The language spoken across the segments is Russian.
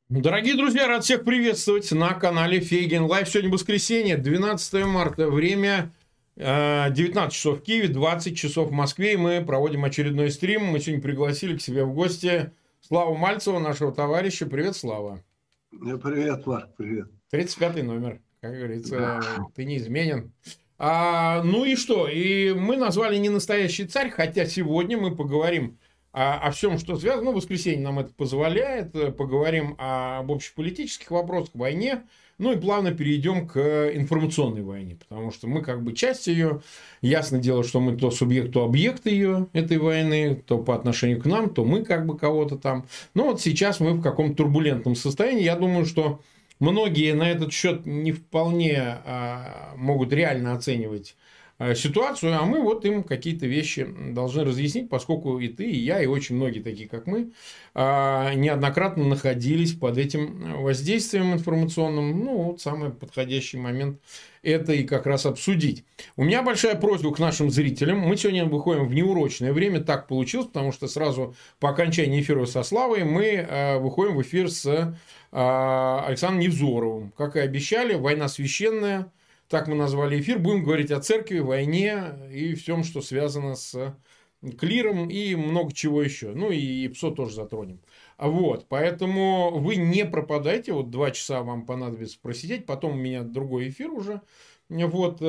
Дорогие друзья, рад всех приветствовать на канале Фейгин Лайв. Сегодня воскресенье, 12 марта, время 19 часов в Киеве, 20 часов в Москве. И мы проводим очередной стрим. Мы сегодня пригласили к себе в гости Славу Мальцева, нашего товарища. Привет, Слава. Привет, Марк, привет. 35-й номер, как говорится, ты неизменен. Ну и что? И мы назвали «Не настоящий царь», хотя сегодня мы поговорим о всем, что связано. Ну, воскресенье нам это позволяет. Поговорим об общеполитических вопросах, войне. Ну и плавно перейдем к информационной войне. Потому что мы как бы часть ее. Ясное дело, что мы то субъект, то объект ее, этой войны. То по отношению к нам, то мы как бы кого-то там. Но вот сейчас мы в каком-то турбулентном состоянии. Я думаю, что многие на этот счет не вполне могут реально оценивать ситуацию, а мы вот им какие-то вещи должны разъяснить, поскольку и ты, и я, и очень многие такие, как мы, неоднократно находились под этим воздействием информационным. Ну, вот самый подходящий момент это и как раз обсудить. У меня большая просьба к нашим зрителям. Мы сегодня выходим в неурочное время, так получилось, потому что сразу по окончании эфира со Славой мы выходим в эфир с Александром Невзоровым. Как и обещали, «Война священная». Так мы назвали эфир. Будем говорить о церкви, войне и всем, что связано с клиром и много чего еще. Ну и ПСО тоже затронем. Вот. Поэтому вы не пропадайте. Вот 2 часа вам понадобится просидеть. Потом у меня другой эфир уже. Вот.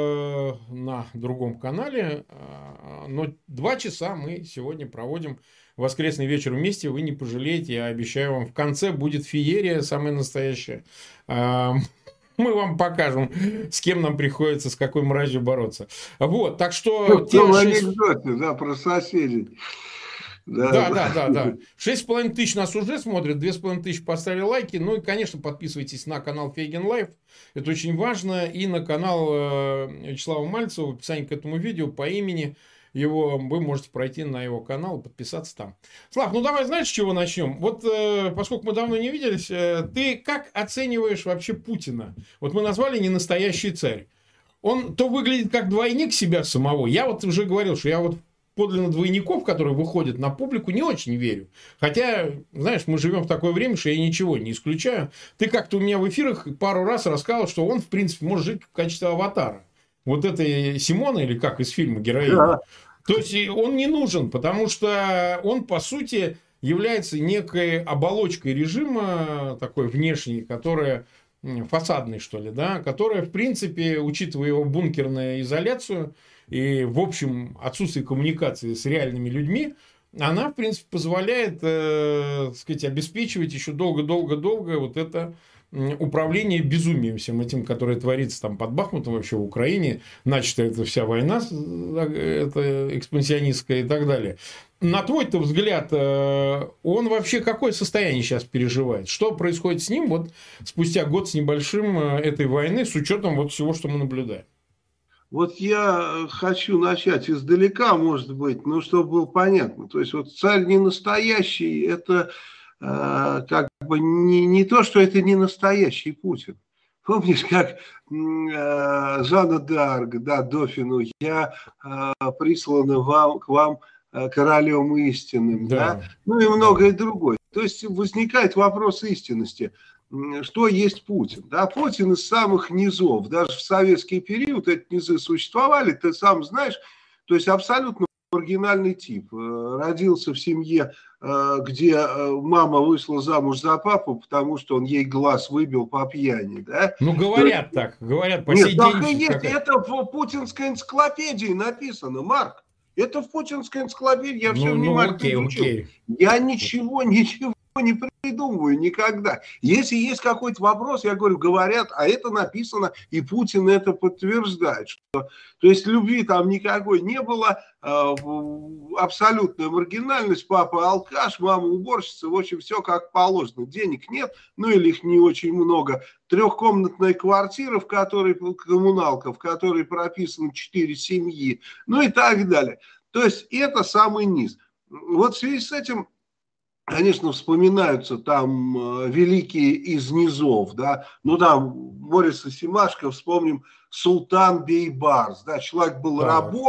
На другом канале. Но 2 часа мы сегодня проводим воскресный вечер вместе. Вы не пожалеете. Я обещаю вам. В конце будет феерия самая настоящая. Мы вам покажем, с кем нам приходится, с какой мразью бороться. Вот, так что... Анекдоты, да, про соседей. Да. 6,5 тысяч нас уже смотрят, 2,5 тысячи поставили лайки. Ну и, конечно, подписывайтесь на канал Фейгин Лайв. Это очень важно. И на канал Вячеслава Мальцева, в описании к этому видео по имени его, вы можете пройти на его канал и подписаться там. Слав, ну давай, знаешь, с чего начнем? Вот поскольку мы давно не виделись, ты как оцениваешь вообще Путина? Вот мы назвали «Не настоящий царь». Он то выглядит как двойник себя самого. Я вот уже говорил, что я вот подлинно двойников, которые выходят на публику, не очень верю. Хотя, знаешь, мы живем в такое время, что я ничего не исключаю. Ты как-то у меня в эфирах пару раз рассказывал, что он, в принципе, может жить в качестве аватара. Вот это Симона, или как из фильма героиня. Да. То есть он не нужен, потому что он, по сути, является некой оболочкой режима, такой внешней, которая фасадной, что ли, да, которая, в принципе, учитывая его бункерную изоляцию и, в общем, отсутствие коммуникации с реальными людьми, она, в принципе, позволяет, так сказать, обеспечивать еще долго-долго-долго вот это управление безумием всем этим, которое творится там под Бахмутом, вообще в Украине. Начата эта вся война, это экспансионистская и так далее. На твой-то взгляд, он вообще какое состояние сейчас переживает? Что происходит с ним вот спустя год с небольшим этой войны, с учетом вот всего, что мы наблюдаем? Вот я хочу начать издалека, может быть, ну, чтобы было понятно. То есть, вот царь не настоящий, это как бы не то, что это не настоящий Путин. Помнишь, как Жанна д'Арк, да, Дофину, я прислана к вам королем истинным, да, ну и многое другое. То есть возникает вопрос истинности. Что есть Путин? Да, Путин из самых низов. Даже в советский период эти низы существовали, ты сам знаешь. То есть абсолютно маргинальный тип. Родился в семье, где мама вышла замуж за папу, потому что он ей глаз выбил по пьяни. Да? Ну, говорят так. Говорят по сей день. Так и есть. Это в путинской энциклопедии написано, Марк. Это в путинской энциклопедии. Я все внимательно изучил. Я ничего не придумываю никогда. Если есть какой-то вопрос, я говорю, говорят, а это написано, и Путин это подтверждает. Что, то есть любви там никакой не было, абсолютная маргинальность, папа алкаш, мама уборщица, в общем, все как положено. Денег нет, ну или их не очень много. Трехкомнатная квартира, в которой коммуналка, в которой прописано 4 семьи, ну и так далее. То есть это самый низ. Вот в связи с этим, конечно, вспоминаются там великие из низов, да, ну там Бориса Семашко, вспомним Султан Бейбарс, да, человек был рабом,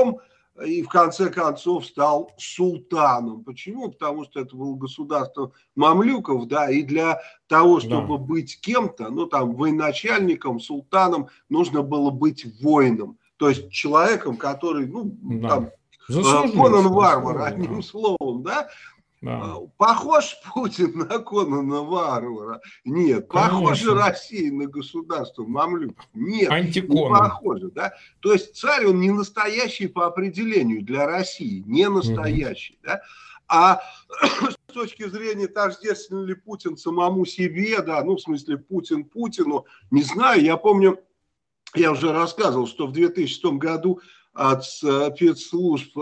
и в конце концов стал султаном. Почему? Потому что это было государство мамлюков, да, и для того, чтобы быть кем-то, ну, там, военачальником, султаном, нужно было быть воином. То есть человеком, который, ну, там, Конан Варвар, одним словом, да. Да. Похож Путин на Конана Варвара? Нет. Похоже Россия на государство мамлюков? Нет. Не похоже, да? То есть царь, он не настоящий по определению для России. Не настоящий, да? А с точки зрения, тождествен ли Путин самому себе, да, ну, в смысле, Путин Путину, не знаю. Я помню, я уже рассказывал, что в 2006 году от спецслужб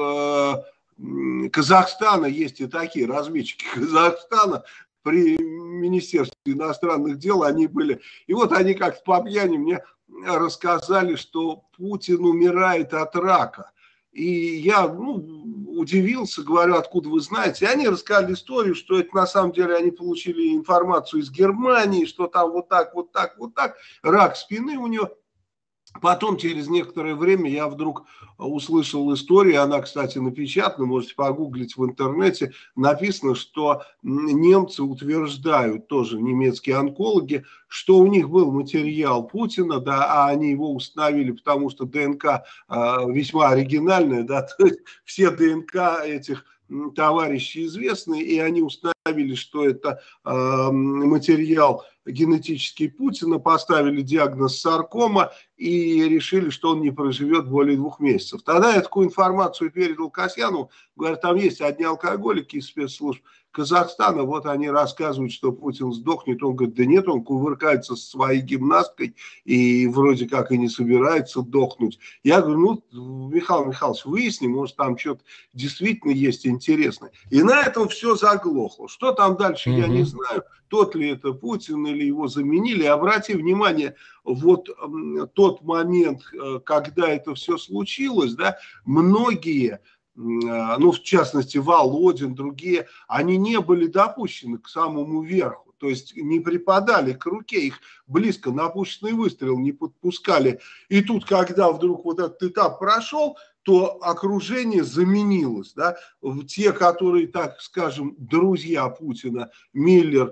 Казахстана, есть и такие разведчики Казахстана при Министерстве иностранных дел, они были, и вот они как-то по пьяни мне рассказали, что Путин умирает от рака. И я удивился, говорю, откуда вы знаете. И они рассказали историю, что это на самом деле они получили информацию из Германии, что там вот так, рак спины у него. Потом, через некоторое время, я вдруг услышал историю, она, кстати, напечатана, можете погуглить в интернете, написано, что немцы утверждают, тоже немецкие онкологи, что у них был материал Путина, да, а они его установили, потому что ДНК весьма оригинальная, да, то есть все ДНК этих товарищи известны, и они установили, что это материал генетический Путина, поставили диагноз саркома и решили, что он не проживет более 2 месяцев. Тогда я такую информацию передал Касьяну, говорят, там есть одни алкоголики из спецслужб Казахстана, вот они рассказывают, что Путин сдохнет, он говорит, да нет, он кувыркается со своей гимнасткой и вроде как и не собирается дохнуть. Я говорю, ну, Михаил Михайлович, выясни, может там что-то действительно есть интересное. И на этом все заглохло. Что там дальше, я не знаю, тот ли это Путин или его заменили. Обрати внимание, вот тот момент, когда это все случилось, да, многие, ну, в частности, Володин, другие, они не были допущены к самому верху, то есть не припадали к руке, их близко на пушечный выстрел не подпускали. И тут, когда вдруг вот этот этап прошел, то окружение заменилось, да, те, которые, так скажем, друзья Путина, Миллер,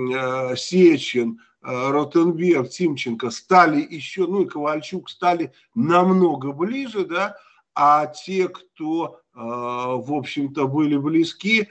Сечин, Ротенберг, Тимченко стали еще, ну и Ковальчук стали намного ближе, да, а те, кто, в общем-то, были близки,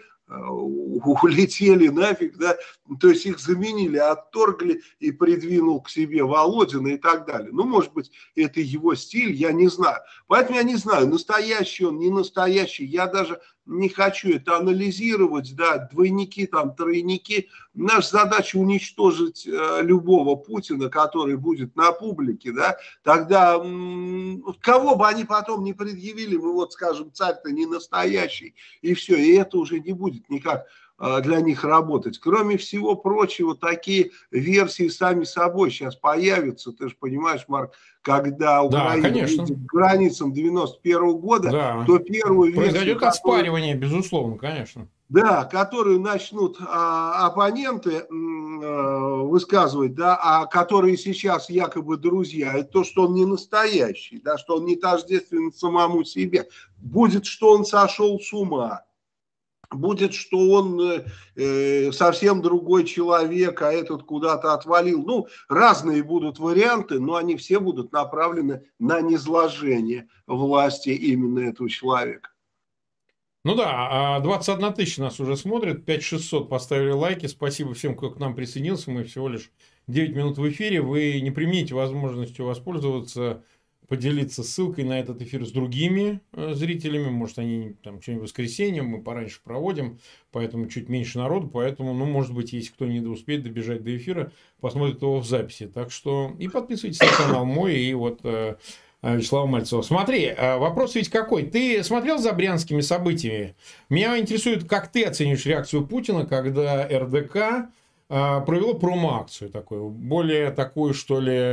улетели нафиг, да, то есть их заменили, отторгли и придвинул к себе Володина и так далее. Ну, может быть, это его стиль, я не знаю. Поэтому я не знаю, настоящий он, не настоящий, я даже не хочу это анализировать, да, двойники, там, тройники. Наша задача уничтожить любого Путина, который будет на публике, да, тогда кого бы они потом не предъявили, мы вот скажем, царь-то не настоящий, и все, и это уже не будет никак для них работать. Кроме всего прочего, такие версии сами собой сейчас появятся. Ты же понимаешь, Марк, когда Украина выйдет к границам 91 года, да, то первую версию... Произойдет оспаривание, безусловно, конечно. Да, которую начнут оппоненты высказывать, да, а которые сейчас якобы друзья, это то, что он не настоящий, да, что он не тождествен самому себе. Будет, что он сошел с ума. Будет, что он совсем другой человек, а этот куда-то отвалил. Ну, разные будут варианты, но они все будут направлены на низложение власти именно этого человека. Ну да, 21 тысяча нас уже смотрит, 5600 поставили лайки. Спасибо всем, кто к нам присоединился. Мы всего лишь 9 минут в эфире. Вы не примените возможностью воспользоваться, поделиться ссылкой на этот эфир с другими зрителями. Может, они там что-нибудь в воскресенье, мы пораньше проводим, поэтому чуть меньше народу. Поэтому, ну, может быть, если кто не успеет добежать до эфира, посмотрит его в записи. Так что и подписывайтесь на канал мой и вот Вячеслава Мальцева. Смотри, вопрос ведь какой. Ты смотрел за брянскими событиями? Меня интересует, как ты оцениваешь реакцию Путина, когда РДК провело промо-акцию такую, более такую, что ли,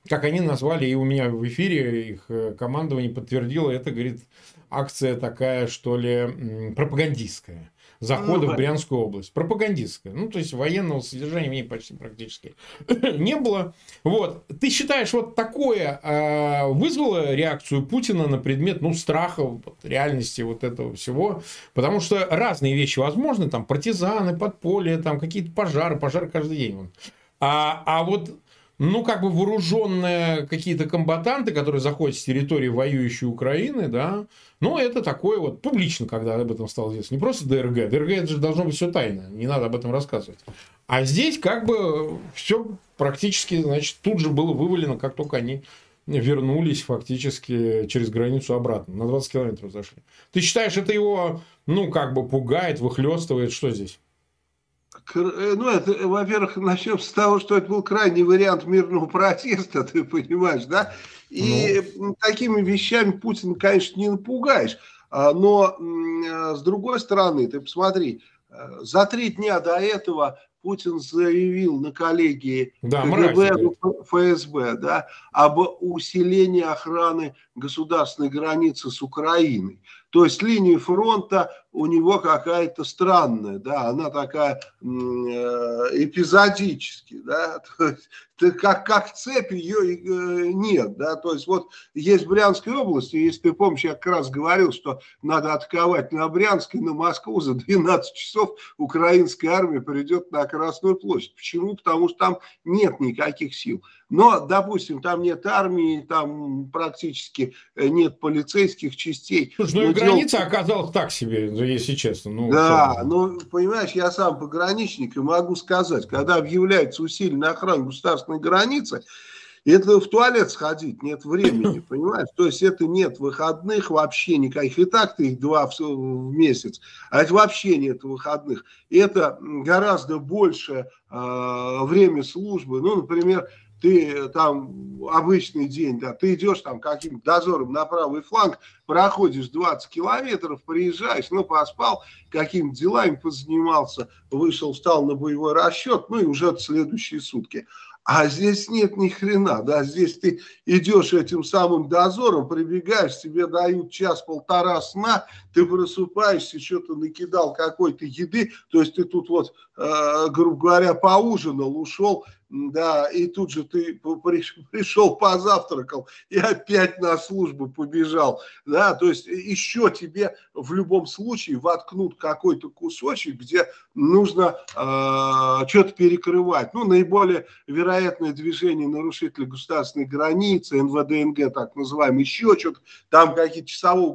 как они назвали, и у меня в эфире их командование подтвердило, это, говорит, акция такая, что ли, пропагандистская. Захода в Брянскую область. Пропагандистская. Ну, то есть, военного содержания в ней почти практически не было. Вот. Ты считаешь, вот такое вызвало реакцию Путина на предмет, ну, страха, вот, реальности вот этого всего? Потому что разные вещи возможны. Там партизаны, подполье, там какие-то пожары каждый день. А вот... Ну, как бы вооруженные какие-то комбатанты, которые заходят с территории воюющей Украины, да, ну, это такое вот публично, когда об этом стало известно. Не просто ДРГ. ДРГ это же должно быть все тайно, не надо об этом рассказывать. А здесь как бы все практически, значит, тут же было вывалено, как только они вернулись фактически через границу обратно. На 20 километров зашли. Ты считаешь, это его, ну, как бы пугает, выхлестывает? Что здесь? Ну, это, во-первых, начнем с того, что это был крайний вариант мирного протеста, ты понимаешь, да? И такими вещами Путина, конечно, не напугаешь. Но, с другой стороны, ты посмотри, за 3 дня до этого Путин заявил на коллегии КГБ, ФСБ, да, об усилении охраны государственной границы с Украиной. То есть линия фронта у него какая-то странная, да, она такая эпизодически, да, то есть, как цепь ее нет, да, то есть вот есть Брянская область, и если ты помнишь, я как раз говорил, что надо атаковать на Брянск и на Москву, за 12 часов украинская армия придет на Красную площадь. Почему? Потому что там нет никаких сил. Но, допустим, там нет армии, там практически нет полицейских частей. Слушай, ну и граница оказалась так себе, если честно. Ну, да, ну, понимаешь, я сам пограничник и могу сказать, когда объявляется усиленная охрана государственной границы, это в туалет сходить нет времени, понимаешь? То есть это нет выходных вообще никаких. И так-то их 2 в месяц, а это вообще нет выходных. И это гораздо больше время службы. Ну, например, ты там обычный день, да, ты идешь там каким-то дозором на правый фланг, проходишь 20 километров, приезжаешь, ну, поспал, какими-то делами позанимался, вышел, встал на боевой расчет, ну, и уже следующие сутки. А здесь нет ни хрена, да, здесь ты идешь этим самым дозором, прибегаешь, тебе дают час-полтора сна, ты просыпаешься, что-то накидал какой-то еды, то есть ты тут вот, грубо говоря, поужинал, ушел, да, и тут же ты пришел, позавтракал и опять на службу побежал, да, то есть еще тебе в любом случае воткнут какой-то кусочек, где нужно что-то перекрывать. Ну, наиболее вероятное движение нарушителей государственной границы, НВД-НГ так называемый, еще что-то, там какие-то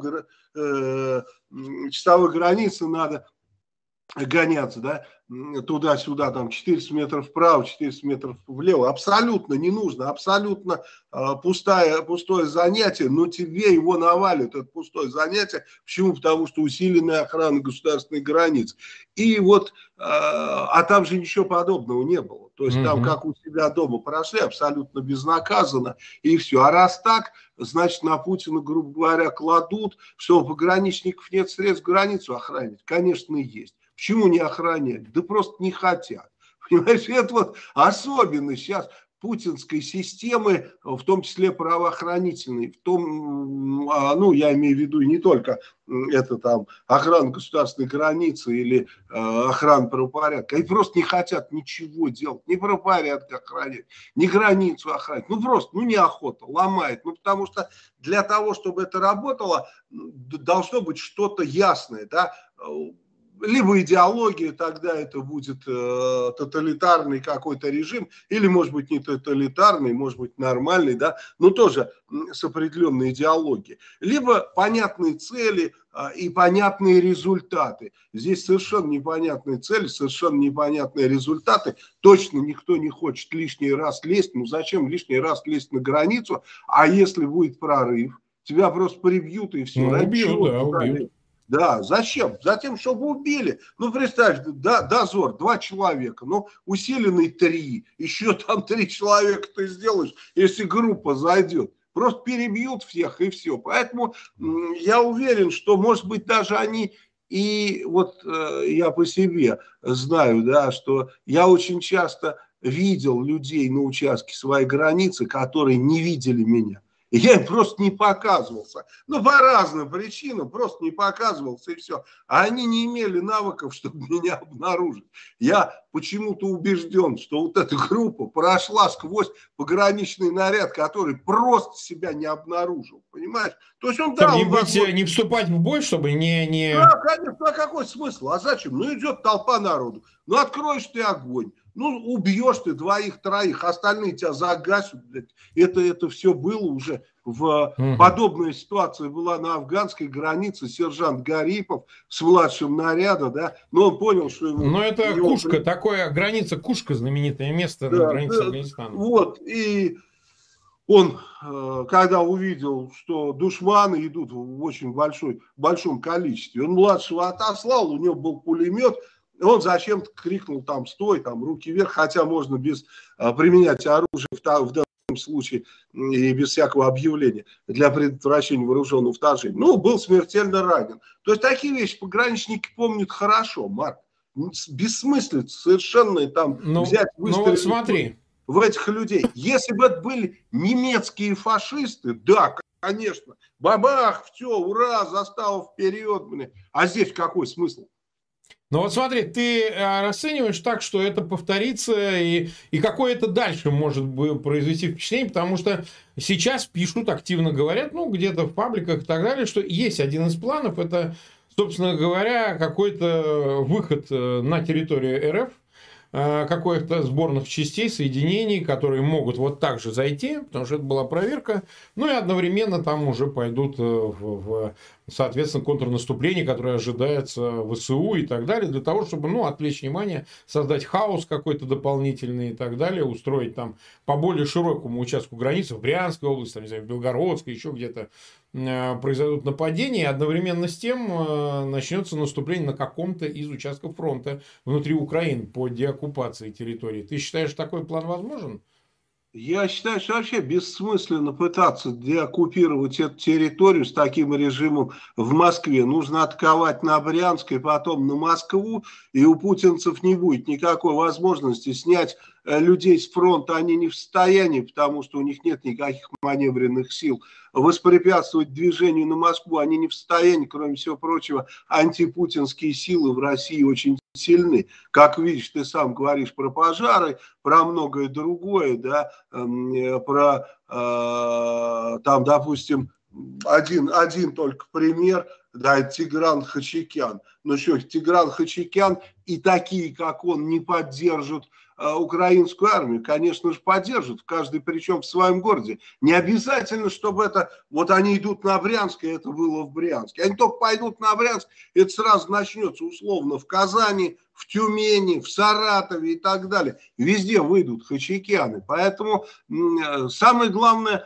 часовой границы надо гоняться, да, туда-сюда, там 400 метров вправо, 400 метров влево, абсолютно не нужно, абсолютно пустое занятие, но тебе его навалят, это пустое занятие. Почему? Потому что усиленная охрана государственной границы. И вот, а там же ничего подобного не было. То есть там как у себя дома прошли, абсолютно безнаказанно, и все. А раз так, значит, на Путина, грубо говоря, кладут, что у пограничников нет средств границу охранять. Конечно, есть. Почему не охранять? Да просто не хотят. Понимаешь, это вот особенность сейчас путинской системы, в том числе правоохранительной, в том, ну, я имею в виду не только это там охрана государственной границы или охрана правопорядка, они просто не хотят ничего делать, ни правопорядок охранять, ни границу охранять, ну просто, ну неохота, ломает, ну потому что для того, чтобы это работало, должно быть что-то ясное, да, либо идеология, тогда это будет тоталитарный какой-то режим, или, может быть, не тоталитарный, может быть, нормальный, да, но тоже с определенной идеологией. Либо понятные цели и понятные результаты. Здесь совершенно непонятные цели, совершенно непонятные результаты. Точно никто не хочет лишний раз лезть. Ну, зачем лишний раз лезть на границу? А если будет прорыв, тебя просто прибьют и все. Ну, убьют, да, убьют. Да, зачем? Затем, чтобы убили. Ну, представь, дозор, 2 человека, ну, усиленный 3, еще там 3 человека ты сделаешь, если группа зайдет. Просто перебьют всех и все. Поэтому я уверен, что, может быть, даже они, и вот я по себе знаю, да, что я очень часто видел людей на участке своей границы, которые не видели меня. И я им просто не показывался. Ну, по разным причинам просто не показывался, и все. А они не имели навыков, чтобы меня обнаружить. Я почему-то убежден, что вот эта группа прошла сквозь пограничный наряд, который просто себя не обнаружил. Понимаешь? То есть он дал... Не вступать в бой, чтобы не... Да, конечно, а какой смысл? А зачем? Ну, идет толпа народу. Ну, откроешь ты огонь. Ну, убьешь ты двоих-троих, остальные тебя загасят. Это все было уже подобная ситуация была на афганской границе. Сержант Гарипов с младшим наряда, да, но он понял, что... Но это Кушка, такое, граница Кушка, знаменитое место на границе Афганистана. Вот, и он, когда увидел, что душманы идут в очень большом количестве, он младшего отослал, у него был пулемет, он зачем-то крикнул там «стой», там «руки вверх», хотя можно без применять оружие в данном случае и без всякого объявления для предотвращения вооруженного вторжения. Ну, был смертельно ранен. То есть такие вещи пограничники помнят хорошо, Марк. Бессмысленно совершенно там взять, выстрелить. Ну вот смотри. В этих людей. Если бы это были немецкие фашисты, да, конечно, бабах, все, ура, застава вперед, блин. А здесь какой смысл? Ну вот смотри, ты расцениваешь так, что это повторится, и какое это дальше может произвести впечатление, потому что сейчас пишут, активно говорят, ну, где-то в пабликах и так далее, что есть один из планов, это, собственно говоря, какой-то выход на территорию РФ, каких-то сборных частей, соединений, которые могут вот так же зайти, потому что это была проверка, ну и одновременно там уже пойдут соответственно, контрнаступление, которое ожидается ВСУ и так далее, для того, чтобы, ну, отвлечь внимание, создать хаос какой-то дополнительный и так далее, устроить там по более широкому участку границы, в Брянской области, там, не знаю, в Белгородской, еще где-то произойдут нападения, и одновременно с тем начнется наступление на каком-то из участков фронта внутри Украины по деоккупации территории. Ты считаешь, такой план возможен? Я считаю, что вообще бессмысленно пытаться деоккупировать эту территорию с таким режимом в Москве. Нужно атаковать на Брянск и потом на Москву, и у путинцев не будет никакой возможности снять людей с фронта. Они не в состоянии, потому что у них нет никаких маневренных сил. Воспрепятствовать движению на Москву они не в состоянии, кроме всего прочего, антипутинские силы в России очень сильны. Как видишь, ты сам говоришь про пожары, про многое другое, да, про там, допустим, один только пример, да, Тигран Хачикян. Но что, Тигран Хачикян и такие, как он, не поддержат украинскую армию? Конечно же, поддержат, каждый причем в своем городе. Не обязательно, чтобы это, вот они идут на Брянск, и это было в Брянске. Они только пойдут на Брянск, это сразу начнется условно в Казани, в Тюмени, в Саратове и так далее. Везде выйдут хачикяны. Поэтому самое главное,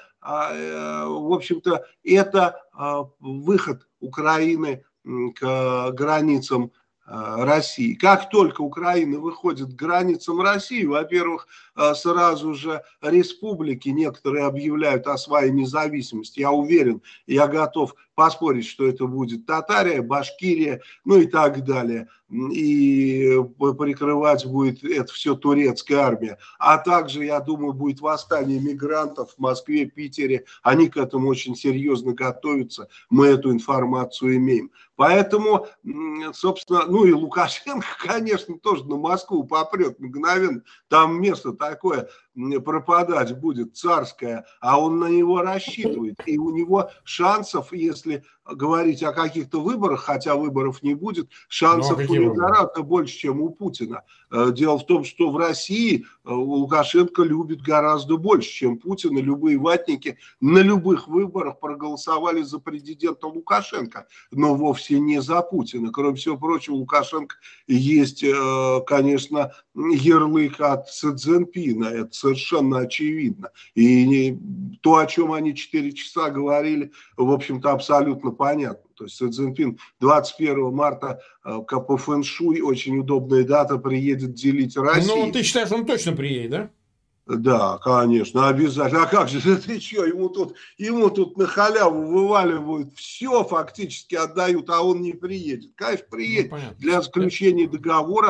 в общем-то, это выход Украины к границам России. Как только Украина выходит к границам России, во-первых, сразу же республики некоторые объявляют о своей независимости. Я уверен, я готов поспорить, что это будет Татария, Башкирия, ну и так далее. И прикрывать будет это все турецкая армия. А также, я думаю, будет восстание мигрантов в Москве, Питере. Они к этому очень серьезно готовятся. Мы эту информацию имеем. Поэтому, собственно, ну и Лукашенко, конечно, тоже на Москву попрет мгновенно. Там место такое пропадать будет царское, а он на него рассчитывает. И у него шансов, если говорить о каких-то выборах, хотя выборов не будет, шансов у него гораздо больше, чем у Путина. Дело в том, что в России Лукашенко любит гораздо больше, чем Путин, и любые ватники на любых выборах проголосовали за президента Лукашенко, но вовсе не за Путина. Кроме всего прочего, у Лукашенко есть, конечно, ярлык от Си Цзиньпина, это совершенно очевидно. И то, о чем они 4 часа говорили, в общем-то, абсолютно понятно. То есть Си Цзиньпин 21 марта по фэн-шуй, очень удобная дата, приедет делить Россию. Ну, ты считаешь, он точно приедет, да? Да, конечно, обязательно. А как же, ты что, ему тут на халяву вываливают все, фактически отдают, а он не приедет. Конечно, приедет, ну, для заключения договора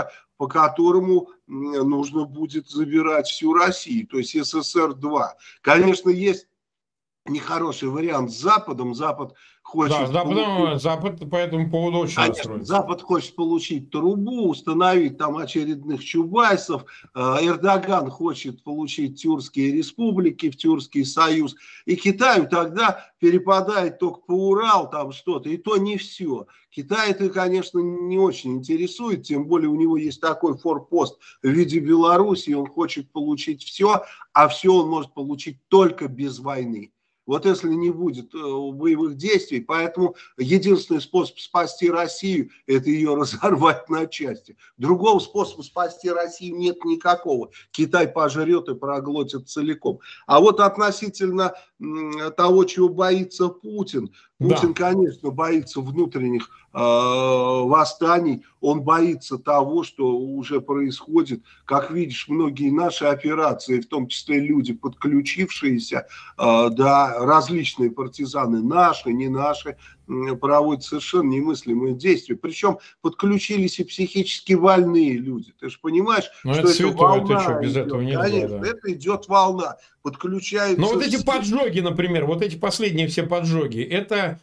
по которому нужно будет забирать всю Россию, то есть СССР-2. Конечно, есть нехороший вариант с Западом. Запад хочет... Да, Запад по этому поводу очень Конечно, Запад хочет получить трубу, установить там очередных чубайсов. Эрдоган хочет получить тюркские республики в Тюркский союз. И Китаю тогда перепадает только по Урал, там что-то. И то не все. Китай это, конечно, не очень интересует. Тем более у него есть такой форпост в виде Беларуси. Он хочет получить все, а все он может получить только без войны. Вот если не будет боевых действий, поэтому единственный способ спасти Россию – это ее разорвать на части. Другого способа спасти Россию нет никакого. Китай пожрет и проглотит целиком. А вот относительно того, чего боится Путин. Путин, конечно, боится внутренних восстаний, он боится того, что уже происходит. Как видишь, многие наши операции, в том числе люди, подключившиеся, да, различные партизаны, наши, не наши, проводят совершенно немыслимые действия. Причем подключились и психически больные люди. Ты же понимаешь, но что это волна. Что, без этого нельзя, конечно, да. Это идет волна. Подключаются... Но вот эти поджоги, например, вот эти последние все поджоги, это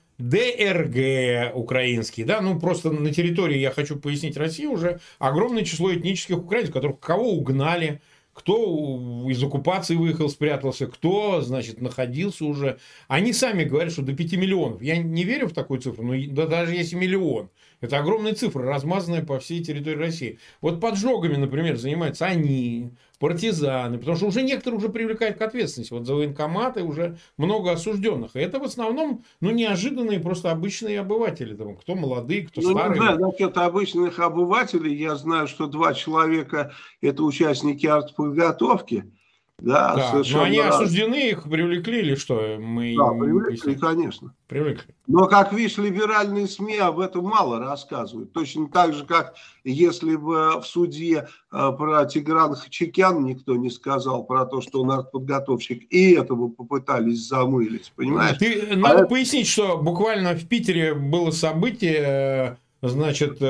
ДРГ украинский, да, ну просто на территории, я хочу пояснить, России уже огромное число этнических украинцев, которых кого угнали, кто из оккупации выехал, спрятался, кто, значит, находился уже. Они сами говорят, что до 5 миллионов. Я не верю в такую цифру, но да, даже если миллион. Это огромная цифра, размазанная по всей территории России. Вот поджогами, например, занимаются они, партизаны, потому что уже некоторые уже привлекают к ответственности. Вот за военкоматы уже много осужденных. И это в основном, ну, неожиданные, просто обычные обыватели. Там, кто молодые, кто старые. Не знаю, насчет обычных обывателей. Я знаю, что 2 человека – это участники артподготовки. Да, но они осуждены, их привлекли или что? Да, привлекли, конечно. Привлекли. Но, как видишь, либеральные СМИ об этом мало рассказывают. Точно так же, как если бы в суде про Тиграна Хачикяна никто не сказал, про то, что он артподготовщик, и этого попытались замылить, понимаешь? Надо пояснить, что буквально в Питере было событие... Значит,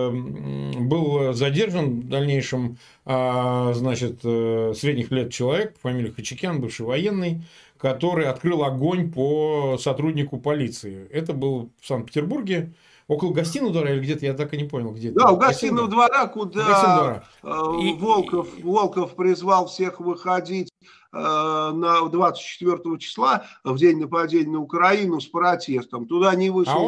был задержан в дальнейшем, значит, средних лет человек по фамилии Хачикян, бывший военный, который открыл огонь по сотруднику полиции. Это был в Санкт-Петербурге, около Гостиного двора или где-то, я так и не понял, где. Да, у Гостиного двора, куда Волков призвал всех выходить на 24 числа, в день нападения на Украину, с протестом. Туда не вышел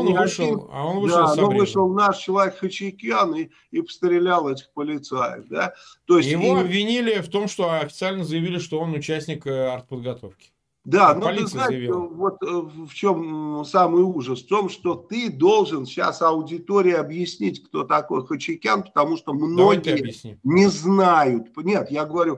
но вышел наш человек Хачикян и пострелял этих полицаев. Да? То есть его обвинили в том, что официально заявили, что он участник артподготовки. Да, но ты знаешь, вот в чем самый ужас? В том, что ты должен сейчас аудитории объяснить, кто такой Хачикян, потому что многие не знают. Нет, я говорю,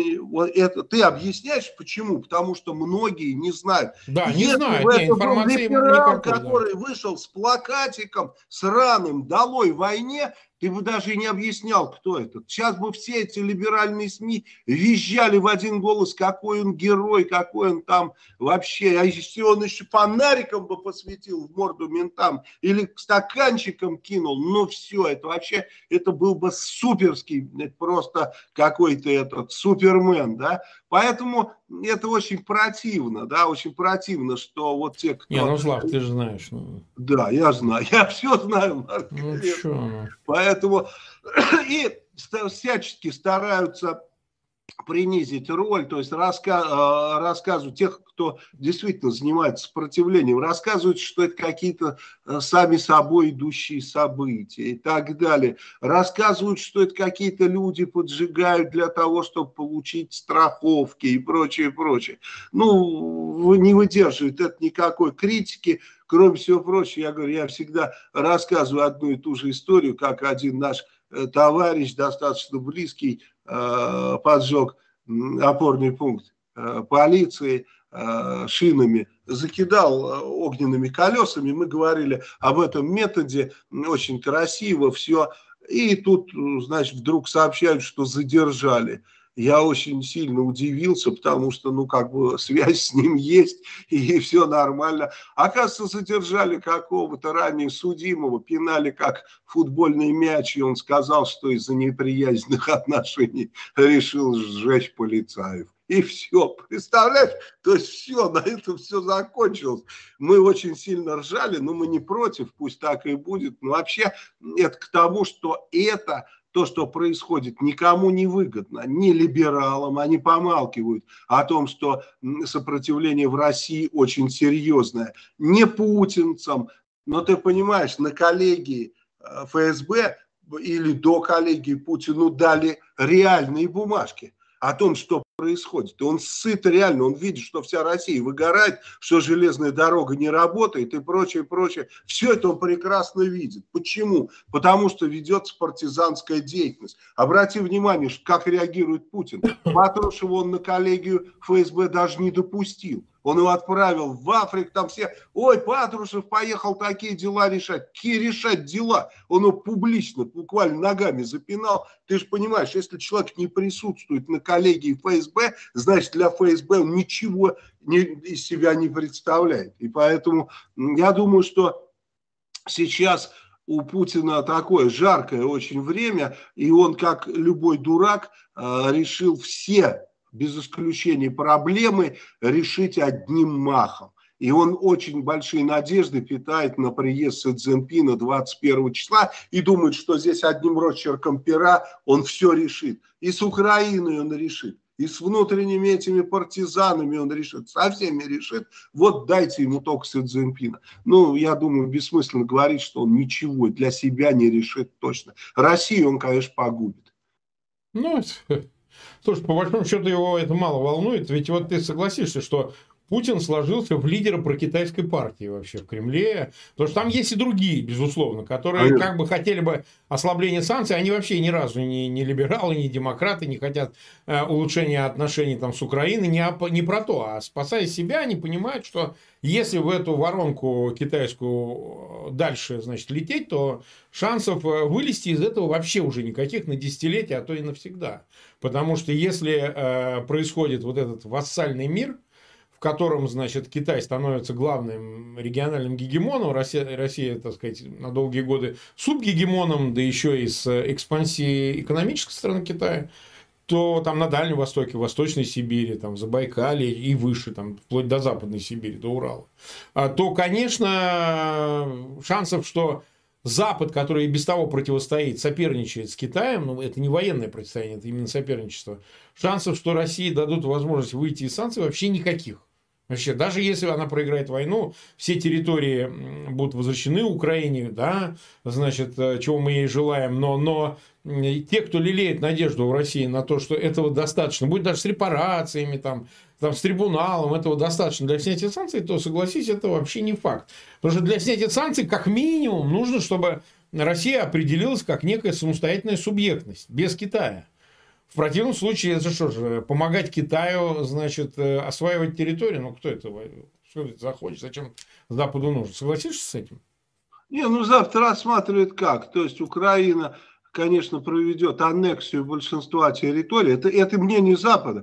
ты объясняешь, почему? Потому что многие не знают. Да, не знают. Это был либерал, который вышел с плакатиком сраным «Долой войне», ты бы даже и не объяснял, кто это. Сейчас бы все эти либеральные СМИ визжали в один голос, какой он герой, какой он там вообще. А если он еще фонариком бы посветил в морду ментам или стаканчиком кинул, ну все, это вообще, это был бы суперский, просто какой-то этот супермен, да. Поэтому это очень противно, да, очень противно, что вот те, кто... Не, ну, Слав, ты же знаешь. Ну... Да, я знаю, я все знаю, Марк. Ну, что? Поэтому и всячески стараются принизить роль, то есть рассказывают тех, кто действительно занимается сопротивлением, рассказывают, что это какие-то сами собой идущие события и так далее. Рассказывают, что это какие-то люди поджигают для того, чтобы получить страховки и прочее, прочее. Ну, не выдерживает это никакой критики. Кроме всего прочего, я говорю, я всегда рассказываю одну и ту же историю, как один наш товарищ, достаточно близкий, поджег опорный пункт полиции шинами, закидал огненными колесами. Мы говорили об этом методе, очень красиво все. И тут, значит, вдруг сообщают, что задержали. я очень сильно удивился, потому что, ну, как бы связь с ним есть, и все нормально. Оказывается, задержали какого-то ранее судимого, пинали как футбольный мяч, и он сказал, что из-за неприязненных отношений решил сжечь полицаев. И все, представляешь? То есть все, на этом все закончилось. Мы очень сильно ржали, но мы не против, пусть так и будет. Но вообще это к тому, что это... То, что происходит, никому не выгодно, ни либералам, они помалкивают о том, что сопротивление в России очень серьезное, не путинцам, но ты понимаешь, на коллегии ФСБ или до коллегии Путину дали реальные бумажки о том, что происходит. И он сыт реально, он видит, что вся Россия выгорает, что железная дорога не работает и прочее, прочее. Все это он прекрасно видит. Почему? Потому что ведется партизанская деятельность. Обрати внимание, как реагирует Путин. Патрушева он на коллегию ФСБ даже не допустил. Он его отправил в Африку, там все, ой, Патрушев поехал такие дела решать. Какие решать дела? Он его публично, буквально ногами запинал. Ты же понимаешь, если человек не присутствует на коллегии ФСБ, значит, для ФСБ он ничего из себя не представляет. И поэтому я думаю, что сейчас у Путина такое жаркое очень время, и он, как любой дурак, решил все, без исключения, проблемы решить одним махом. И он очень большие надежды питает на приезд Си Цзиньпина 21 числа и думает, что здесь одним росчерком пера он все решит. И с Украиной он решит, и с внутренними этими партизанами он решит, со всеми решит. Вот дайте ему только Си Цзиньпина. Ну, я думаю, бессмысленно говорить, что он ничего для себя не решит точно. Россию он, конечно, погубит. Ну, слушай, по большому счету его это мало волнует. Ведь вот ты согласишься, что Путин сложился в лидера прокитайской партии вообще в Кремле. Потому что там есть и другие, безусловно, которые как бы хотели бы ослабления санкций. Они вообще ни разу не либералы, не демократы, не хотят улучшения отношений там с Украиной. Не про то, а спасая себя, они понимают, что если в эту воронку китайскую дальше, значит, лететь, то шансов вылезти из этого вообще уже никаких на десятилетия, а то и навсегда. Потому что если происходит вот этот вассальный мир, в котором, значит, Китай становится главным региональным гегемоном, Россия, так сказать, на долгие годы субгегемоном, да еще и с экспансией экономической стороны Китая, то там на Дальнем Востоке, в Восточной Сибири, там, в Забайкалье и выше, там, вплоть до Западной Сибири, до Урала, то, конечно, шансов, что Запад, который и без того противостоит, соперничает с Китаем, ну, это не военное противостояние, это именно соперничество, шансов, что России дадут возможность выйти из санкций, вообще никаких. Вообще, даже если она проиграет войну, все территории будут возвращены Украине, да, значит, чего мы ей желаем, но те, кто лелеет надежду в России на то, что этого достаточно, будет даже с репарациями, там, с трибуналом, этого достаточно для снятия санкций, то, согласись, это вообще не факт. Потому что для снятия санкций, как минимум, нужно, чтобы Россия определилась как некая самостоятельная субъектность, без Китая. В противном случае, это что же, помогать Китаю, значит, осваивать территорию? Ну, кто это захочет? Зачем Западу нужно? Согласишься с этим? Не, ну, Запад рассматривает как. То есть, Украина, конечно, проведет аннексию большинства территорий. Это мнение Запада.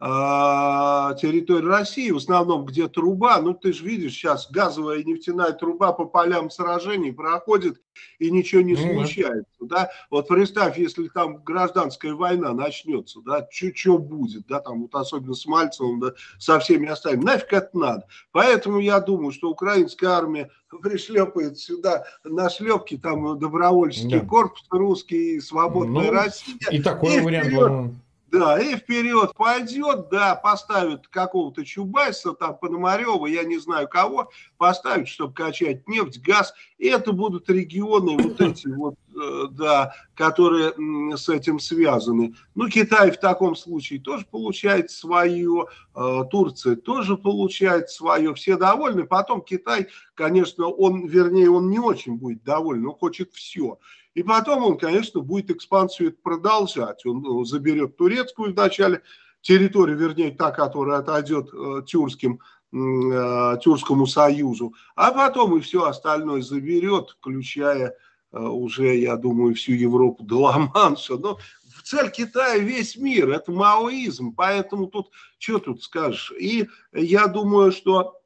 Территории России, в основном, где труба, ну ты же видишь, сейчас газовая и нефтяная труба по полям сражений проходит и ничего не случается, да, вот представь, если там гражданская война начнется, да, что будет, да, там вот особенно с Мальцевым, да, со всеми остальными, нафиг это надо, поэтому я думаю, что украинская армия пришлепает сюда на шлепки, там добровольческий корпус русский, свободная Россия. И такой вариант. Да, и вперед пойдет, да, поставят какого-то Чубайса, там, Пономарева, я не знаю кого, поставят, чтобы качать нефть, газ, и это будут регионы вот эти вот, да, которые с этим связаны. Ну, Китай в таком случае тоже получает свое, Турция тоже получает свое, все довольны, потом Китай, конечно, он не очень будет доволен, он хочет все. И потом он, конечно, будет экспансию продолжать. Он заберет турецкую вначале территорию, вернее, та, которая отойдет Тюркскому союзу, а потом и все остальное заберет, включая уже, я думаю, всю Европу до Ла-Манша. Но в цель Китая весь мир, это маоизм, поэтому тут, что тут скажешь. И я думаю, что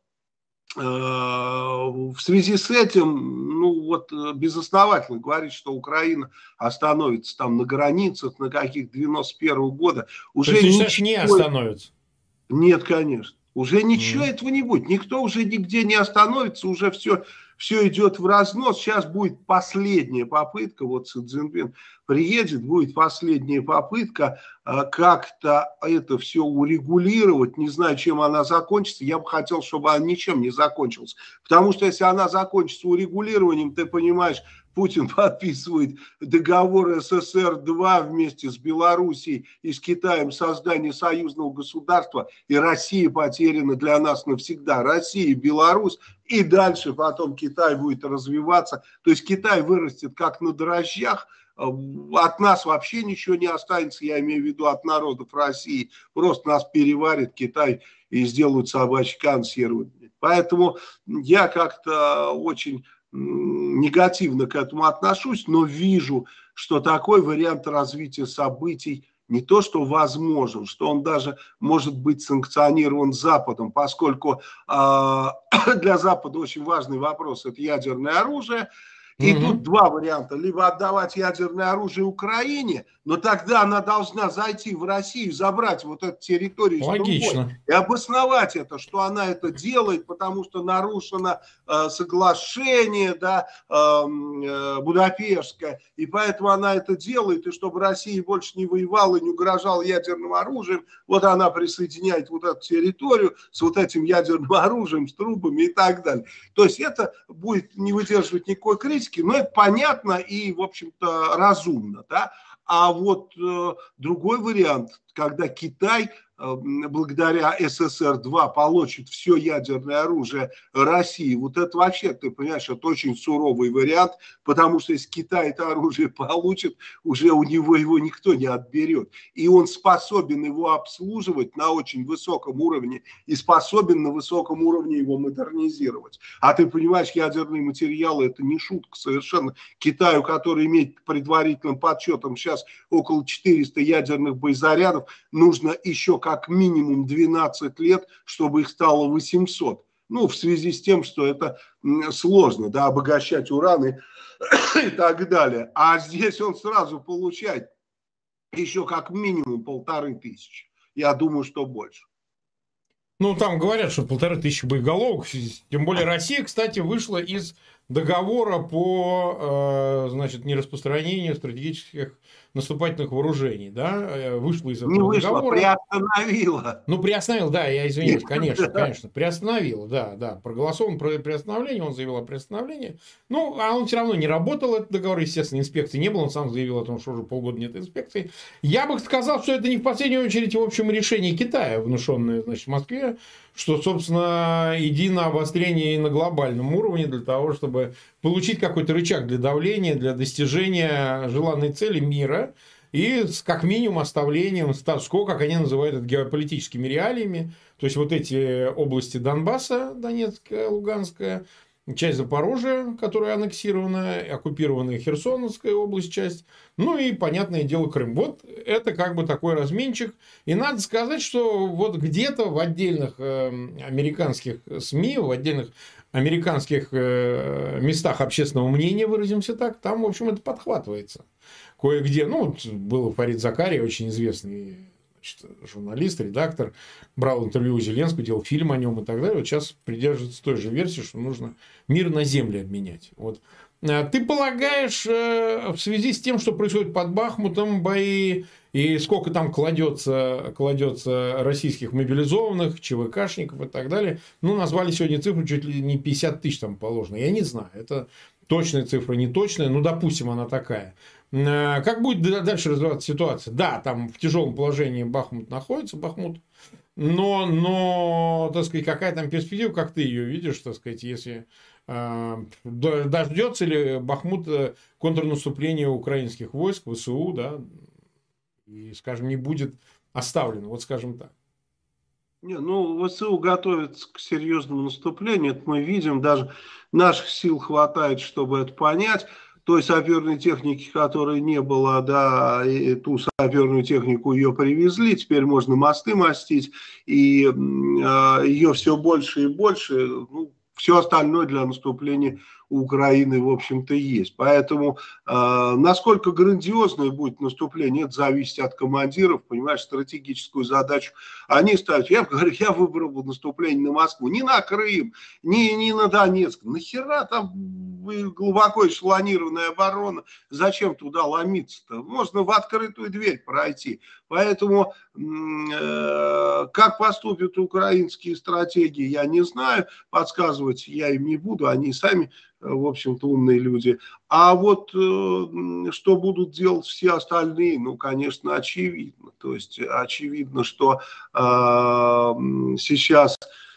в связи с этим, ну вот безосновательно говорить, что Украина остановится там на границах, на каких 91-го года, уже То есть, ничего... сейчас не остановится? Нет, конечно. Уже ничего этого не будет. Никто уже нигде не остановится, уже все идет в разнос. Сейчас будет последняя попытка, вот Си Цзиньпин приедет, будет последняя попытка как-то это все урегулировать. Не знаю, чем она закончится. Я бы хотел, чтобы она ничем не закончилась. Потому что если она закончится урегулированием, ты понимаешь, Путин подписывает договор СССР-2 вместе с Белоруссией и с Китаем создание союзного государства, и Россия потеряна для нас навсегда. Россия, Беларусь, и дальше потом Китай будет развиваться. То есть Китай вырастет как на дрожжах, от нас вообще ничего не останется, я имею в виду от народов России. Просто нас переварит Китай и сделают собачьи консервы. Поэтому я как-то очень негативно к этому отношусь, но вижу, что такой вариант развития событий не то что возможен, что он даже может быть санкционирован Западом, поскольку для Запада очень важный вопрос – это ядерное оружие. И тут два варианта. Либо отдавать ядерное оружие Украине, но тогда она должна зайти в Россию, забрать вот эту территорию. Логично. И обосновать это, что она это делает, потому что нарушено соглашение, да, Будапештское, и поэтому она это делает, и чтобы Россия больше не воевала и не угрожала ядерным оружием, вот она присоединяет вот эту территорию с вот этим ядерным оружием, с трубами и так далее. То есть это будет не выдерживать никакой критики, но это понятно и, в общем-то, разумно, да. А вот другой вариант, когда Китай благодаря СССР-2 получит все ядерное оружие России, вот это вообще, ты понимаешь, это очень суровый вариант, потому что если Китай это оружие получит, уже у него его никто не отберет. И он способен его обслуживать на очень высоком уровне и способен на высоком уровне его модернизировать. А ты понимаешь, ядерные материалы это не шутка совершенно. Китаю, который имеет по предварительным подсчетам сейчас около 400 ядерных боезарядов, нужно еще как минимум 12 лет, чтобы их стало 800. Ну, в связи с тем, что это сложно, да, обогащать уран и так далее. А здесь он сразу получает еще как минимум 1500. Я думаю, что больше. Ну, там говорят, что 1500 боеголовок. Тем более Россия, кстати, вышла из договора по, значит, нераспространению стратегических наступательных вооружений, да, вышла из этого договора. Не вышла, приостановила. Ну, приостановила, да, я извиняюсь, конечно, приостановила, да, проголосован про приостановление, он заявил о приостановлении, ну, а он все равно не работал, этот договор, естественно, инспекции не было, он сам заявил о том, что уже полгода нет инспекции. Я бы сказал, что это не в последнюю очередь, в общем, решение Китая, внушенное, значит, в Москве, что, собственно, иди на обострение и на глобальном уровне для того, чтобы получить какой-то рычаг для давления, для достижения желанной цели мира и с как минимум оставлением статус-кво, как они называют это, геополитическими реалиями. То есть вот эти области Донбасса, Донецкая, Луганская, часть Запорожья, которая аннексирована, оккупированная Херсонская область, часть, ну и, понятное дело, Крым. Вот это как бы такой разменчик. И надо сказать, что вот где-то в отдельных американских СМИ, в отдельных американских местах общественного мнения, выразимся так, там, в общем, это подхватывается. Кое-где, ну, вот был Фарид Закария, очень известный, значит, журналист, редактор, брал интервью у Зеленского, делал фильм о нем и так далее. Вот сейчас придерживается той же версии, что нужно мир на земле обменять. Вот. Ты полагаешь, в связи с тем, что происходит под Бахмутом, бои, и сколько там кладется российских мобилизованных, ЧВКшников и так далее, ну, назвали сегодня цифру чуть ли не 50 тысяч там положено. Я не знаю, это точная цифра, не точная, ну, допустим, она такая. Как будет дальше развиваться ситуация? Да, там в тяжелом положении Бахмут находится, но, так сказать, какая там перспектива, как ты ее видишь, так сказать, если дождется ли Бахмут контрнаступления украинских войск, ВСУ, да, и, скажем, не будет оставлено, вот скажем так. Не, ну, ВСУ готовится к серьезному наступлению, это мы видим, даже наших сил хватает, чтобы это понять. той саперной техники, которой не было, да, и ту саперную технику ее привезли, теперь можно мосты мостить, и ее все больше и больше, ну, все остальное для наступления Украины, в общем-то, есть. Поэтому насколько грандиозное будет наступление, это зависит от командиров, понимаешь, стратегическую задачу они ставят. Я говорю, я выбрал бы наступление на Москву, не на Крым, не на Донецк. Нахера там глубоко эшелонированная оборона, зачем туда ломиться-то? Можно в открытую дверь пройти. Поэтому как поступят украинские стратегии, я не знаю, подсказывать я им не буду, они сами, в общем-то, умные люди. А вот что будут делать все остальные, ну, конечно, очевидно. То есть очевидно, что сейчас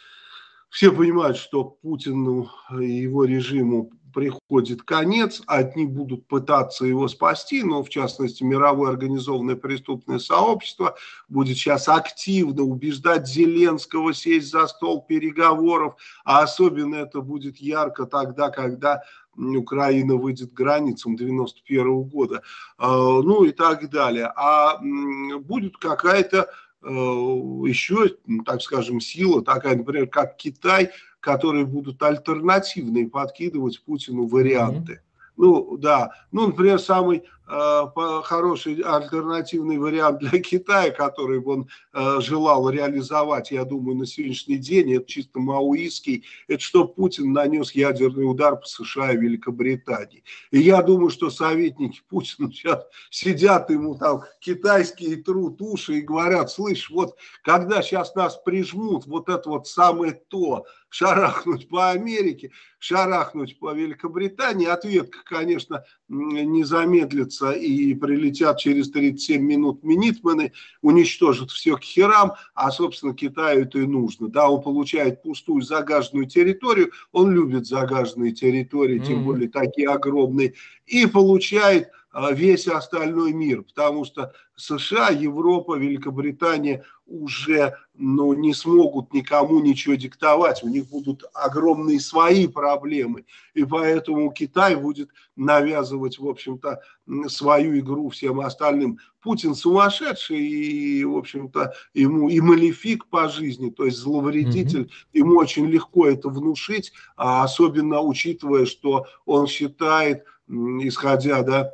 все понимают, что Путину и его режиму приходит конец, одни будут пытаться его спасти, но в частности мировое организованное преступное сообщество будет сейчас активно убеждать Зеленского сесть за стол переговоров, а особенно это будет ярко тогда, когда Украина выйдет к границам 91 года, ну и так далее. А будет какая-то еще, так скажем, сила, такая, например, как Китай, которые будут альтернативные подкидывать Путину варианты. Ну, да. Ну, например, самый хороший альтернативный вариант для Китая, который бы он желал реализовать, я думаю, на сегодняшний день, это чисто маоистский, это что Путин нанес ядерный удар по США и Великобритании. И я думаю, что советники Путина сейчас сидят ему там китайские трут уши и говорят, слышь, вот когда сейчас нас прижмут, вот это вот самое то, шарахнуть по Америке, шарахнуть по Великобритании, ответка, конечно, не замедлится и прилетят через 37 минут минитмены, уничтожат все к херам, а, собственно, Китаю это и нужно. Да, он получает пустую загаженную территорию, он любит загаженные территории, тем более такие огромные, и получает весь остальной мир, потому что США, Европа, Великобритания уже не смогут никому ничего диктовать, у них будут огромные свои проблемы, и поэтому Китай будет навязывать, в общем-то, свою игру всем остальным. Путин сумасшедший, и, в общем-то, ему и малефик по жизни, то есть зловредитель, ему очень легко это внушить, особенно учитывая, что он считает, исходя, да,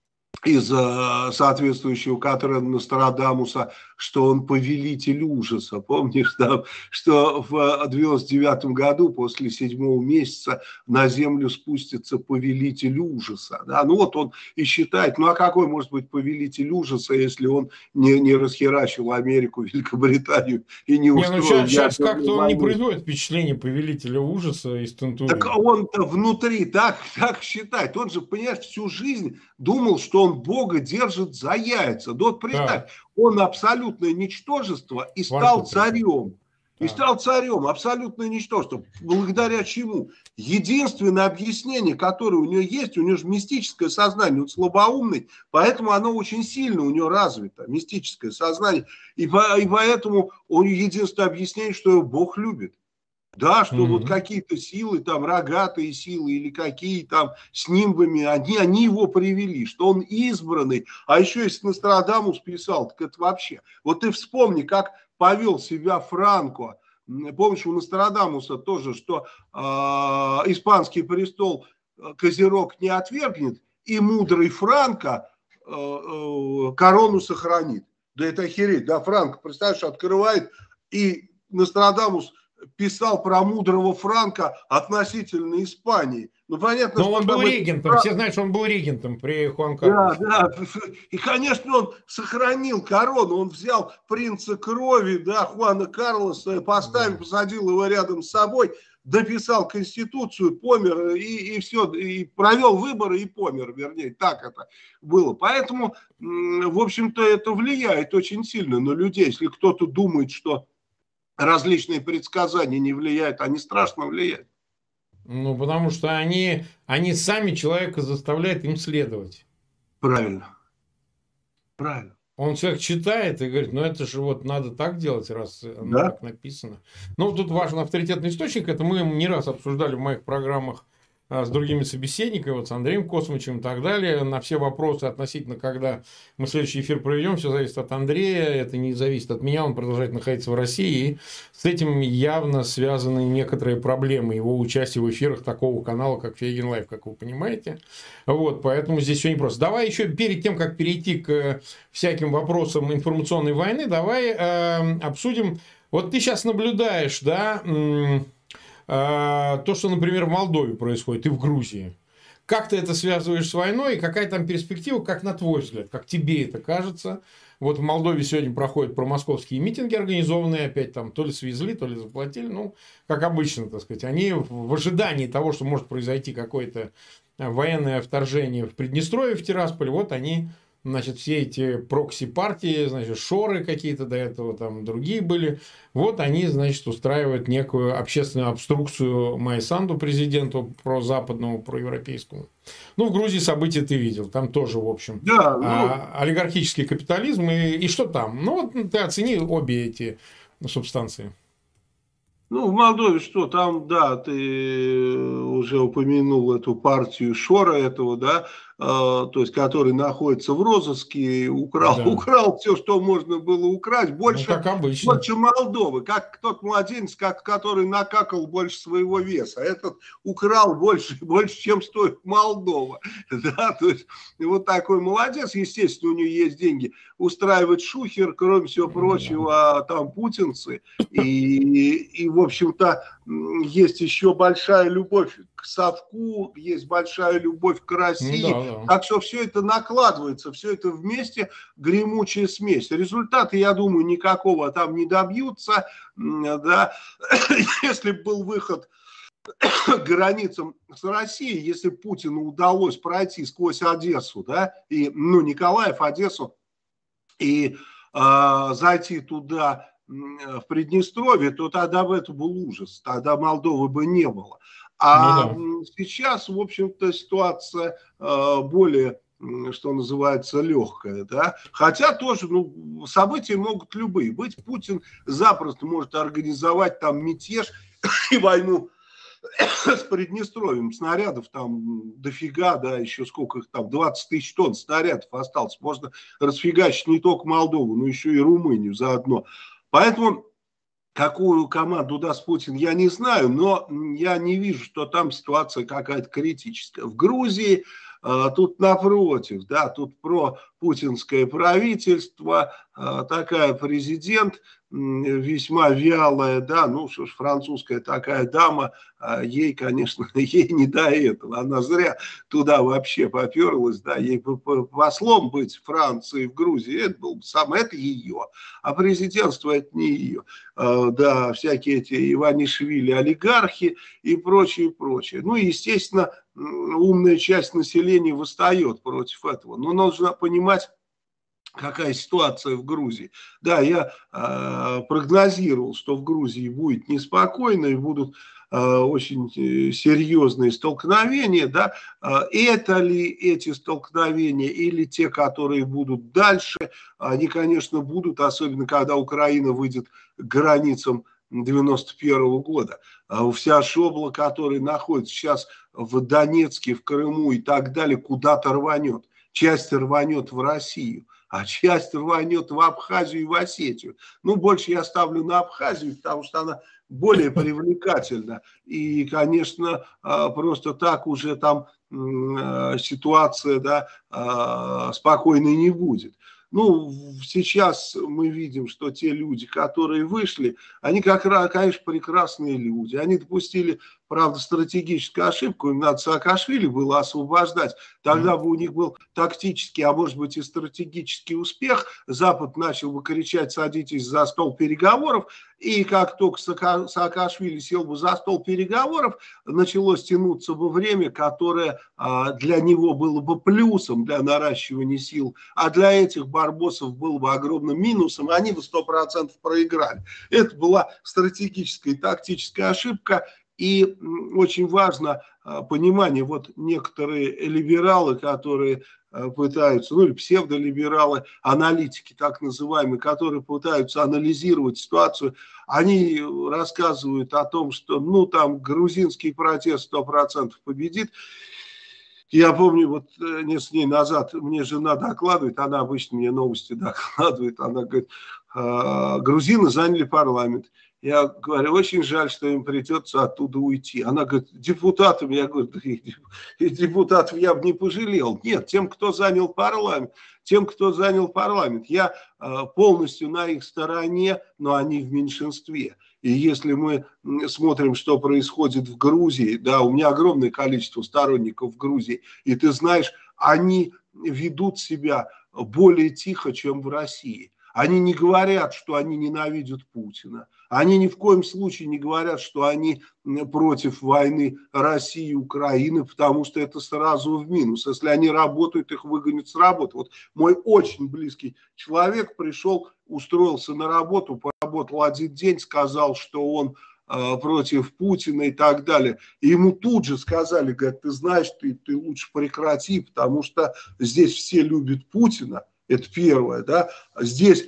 из соответствующего Катрена Нострадамуса, что он повелитель ужаса. Помнишь, да, что в 99 году, после 7-го месяца, на землю спустится повелитель ужаса. Да? Ну вот он и считает, ну а какой может быть повелитель ужаса, если он не расхерачил Америку, Великобританию и не устроил... Сейчас как-то он не производит впечатление повелителя ужаса из Тентури. Так он-то внутри так считает. Он же, понимаешь, всю жизнь думал, что он Бога держит за яйца. Да вот представь, он абсолютное ничтожество и стал царем. И стал царем, абсолютное ничтожество. Благодаря чему? Единственное объяснение, которое у него есть, у него же мистическое сознание, он слабоумный, поэтому оно очень сильно у него развито, мистическое сознание. И поэтому он единственное объяснение, что его Бог любит. Да, что вот какие-то силы, там рогатые силы или какие там с нимбами, они его привели, что он избранный. А еще если Нострадамус писал, так это вообще. Вот ты вспомни, как повел себя Франко. Помнишь, у Нострадамуса тоже, что испанский престол Козерог не отвергнет, и мудрый Франко корону сохранит. Да это охереть, да, Франко, представляешь, открывает, и Нострадамус писал про мудрого Франка относительно Испании. Ну, понятно, но он был регентом, все знают, что он был регентом при Хуан Карлосе. Да. И, конечно, он сохранил корону, он взял принца крови, да, Хуана Карлоса, поставил, посадил его рядом с собой, дописал Конституцию, помер, и все, и провел выборы, и помер, вернее, так это было. Поэтому, в общем-то, это влияет очень сильно на людей. Если кто-то думает, что различные предсказания не влияют, они страшно влияют. Ну, потому что они сами человека заставляют им следовать. Правильно. Он человек читает и говорит, ну это же вот надо так делать, раз оно так написано. Ну, тут важен авторитетный источник, это мы не раз обсуждали в моих программах с другими собеседниками, вот с Андреем Космичем и так далее, на все вопросы относительно, когда мы следующий эфир проведем, все зависит от Андрея, это не зависит от меня, он продолжает находиться в России, и с этим явно связаны некоторые проблемы его участия в эфирах такого канала, как Фейгин Лайв, как вы понимаете. Вот, поэтому здесь все непросто. Давай еще перед тем, как перейти к всяким вопросам информационной войны, давай обсудим. Вот ты сейчас наблюдаешь, да, то, что, например, в Молдове происходит и в Грузии. Как ты это связываешь с войной, и какая там перспектива, как на твой взгляд, как тебе это кажется? Вот в Молдове сегодня проходят промосковские митинги, организованные опять там, то ли свезли, то ли заплатили, ну, как обычно, так сказать. Они в ожидании того, что может произойти какое-то военное вторжение в Приднестровье, в Тирасполь, вот они... Значит, все эти прокси-партии, значит, шоры какие-то до этого, там другие были. Вот они, значит, устраивают некую общественную обструкцию Майсанду, президенту прозападному, проевропейскому. Ну, в Грузии события ты видел. Там тоже, в общем, да, олигархический капитализм. И что там? Ну, вот ты оцени обе эти субстанции. Ну, в Молдове что, там, да, ты уже упомянул эту партию Шора этого, да, то есть, который находится в розыске, украл все, что можно было украсть, больше, как обычно. Больше Молдовы, как тот младенец, который накакал больше своего веса, этот украл больше, чем стоит Молдова, да, то есть, вот такой молодец, естественно, у него есть деньги, устраивать шухер, кроме всего прочего, там путинцы, и в общем-то, есть еще большая любовь к совку, есть большая любовь к России. Так что все это накладывается, все это вместе гремучая смесь. Результата, я думаю, никакого там не добьются. Да. Если был выход к границам с Россией, если Путину удалось пройти сквозь Одессу, да, и, Николаев, Одессу, и зайти туда, в Приднестровье, то тогда бы это был ужас, тогда Молдовы бы не было. Сейчас, в общем-то, ситуация более, что называется, легкая, да, хотя тоже, события могут любые быть. Путин запросто может организовать там мятеж и войну с Приднестровьем. Снарядов там дофига, да, еще сколько их там, 20 тысяч тонн снарядов осталось. Можно расфигачить не только Молдову, но еще и Румынию заодно. Поэтому какую команду даст Путин, я не знаю, но я не вижу, что там ситуация какая-то критическая. В Грузии тут напротив, да, тут пропутинское правительство, такая президент весьма вялая, да, что ж, французская такая дама, ей, конечно, ей не до этого, она зря туда вообще поперлась, да, ей послом быть Франции в Грузии, это был это ее, а президентство это не ее, да, всякие эти Иванишвили, олигархи и прочее, прочее. Ну, естественно, умная часть населения восстает против этого, но нужно понимать, какая ситуация в Грузии. Да, я прогнозировал, что в Грузии будет неспокойно и будут очень серьезные столкновения. Да. Это ли эти столкновения или те, которые будут дальше, они, конечно, будут, особенно когда Украина выйдет к границам 91 года. Вся шобла, которая находится сейчас в Донецке, в Крыму и так далее, куда-то рванет. Часть рванет в Россию, а часть рванет в Абхазию и в Осетию. Больше я ставлю на Абхазию, потому что она более привлекательна. И, конечно, просто так уже там ситуация, да, спокойной не будет. Сейчас мы видим, что те люди, которые вышли, они, конечно, прекрасные люди. Они допустили, правда, стратегическую ошибку. Им надо Саакашвили было освобождать. Тогда бы у них был тактический, а может быть и стратегический успех. Запад начал бы кричать: садитесь за стол переговоров. И как только Саакашвили сел бы за стол переговоров, началось тянуться бы время, которое для него было бы плюсом для наращивания сил, а для этих барбосов было бы огромным минусом, и они бы 100% проиграли. Это была стратегическая и тактическая ошибка. И очень важно понимание, вот некоторые либералы, которые пытаются, ну или псевдолибералы, аналитики так называемые, которые пытаются анализировать ситуацию, они рассказывают о том, что ну там грузинский протест 100% победит. Я помню, вот несколько дней назад мне жена докладывает, она обычно мне новости докладывает, она говорит, грузины заняли парламент. Я говорю, очень жаль, что им придется оттуда уйти. Она говорит, депутатам, я говорю, депутатов я бы не пожалел. Нет, тем, кто занял парламент, я полностью на их стороне, но они в меньшинстве. И если мы смотрим, что происходит в Грузии, да, у меня огромное количество сторонников в Грузии, и ты знаешь, они ведут себя более тихо, чем в России. Они не говорят, что они ненавидят Путина. Они ни в коем случае не говорят, что они против войны России и Украины, потому что это сразу в минус. Если они работают, их выгонят с работы. Вот мой очень близкий человек пришел, устроился на работу, поработал один день, сказал, что он против Путина и так далее. И ему тут же сказали, говорят, ты знаешь, ты лучше прекрати, потому что здесь все любят Путина. Это первое, да. Здесь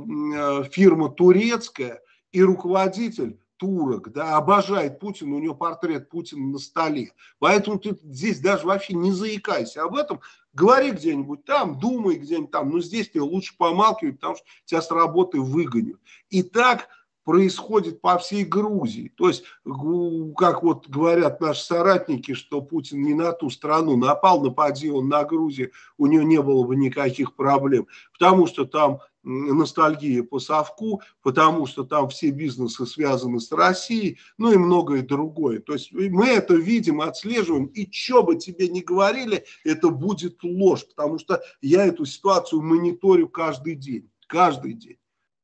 фирма турецкая и руководитель турок, да, обожает Путина, у него портрет Путина на столе. Поэтому ты здесь даже вообще не заикайся об этом. Говори где-нибудь там, думай где-нибудь там, но здесь тебе лучше помалкивать, потому что тебя с работы выгонят. И так происходит по всей Грузии. То есть, как вот говорят наши соратники, что Путин не на ту страну напал, напади он на Грузию, у него не было бы никаких проблем. Потому что там ностальгия по совку, потому что там все бизнесы связаны с Россией, ну и многое другое. То есть мы это видим, отслеживаем, и что бы тебе ни говорили, это будет ложь, потому что я эту ситуацию мониторю каждый день. Каждый день.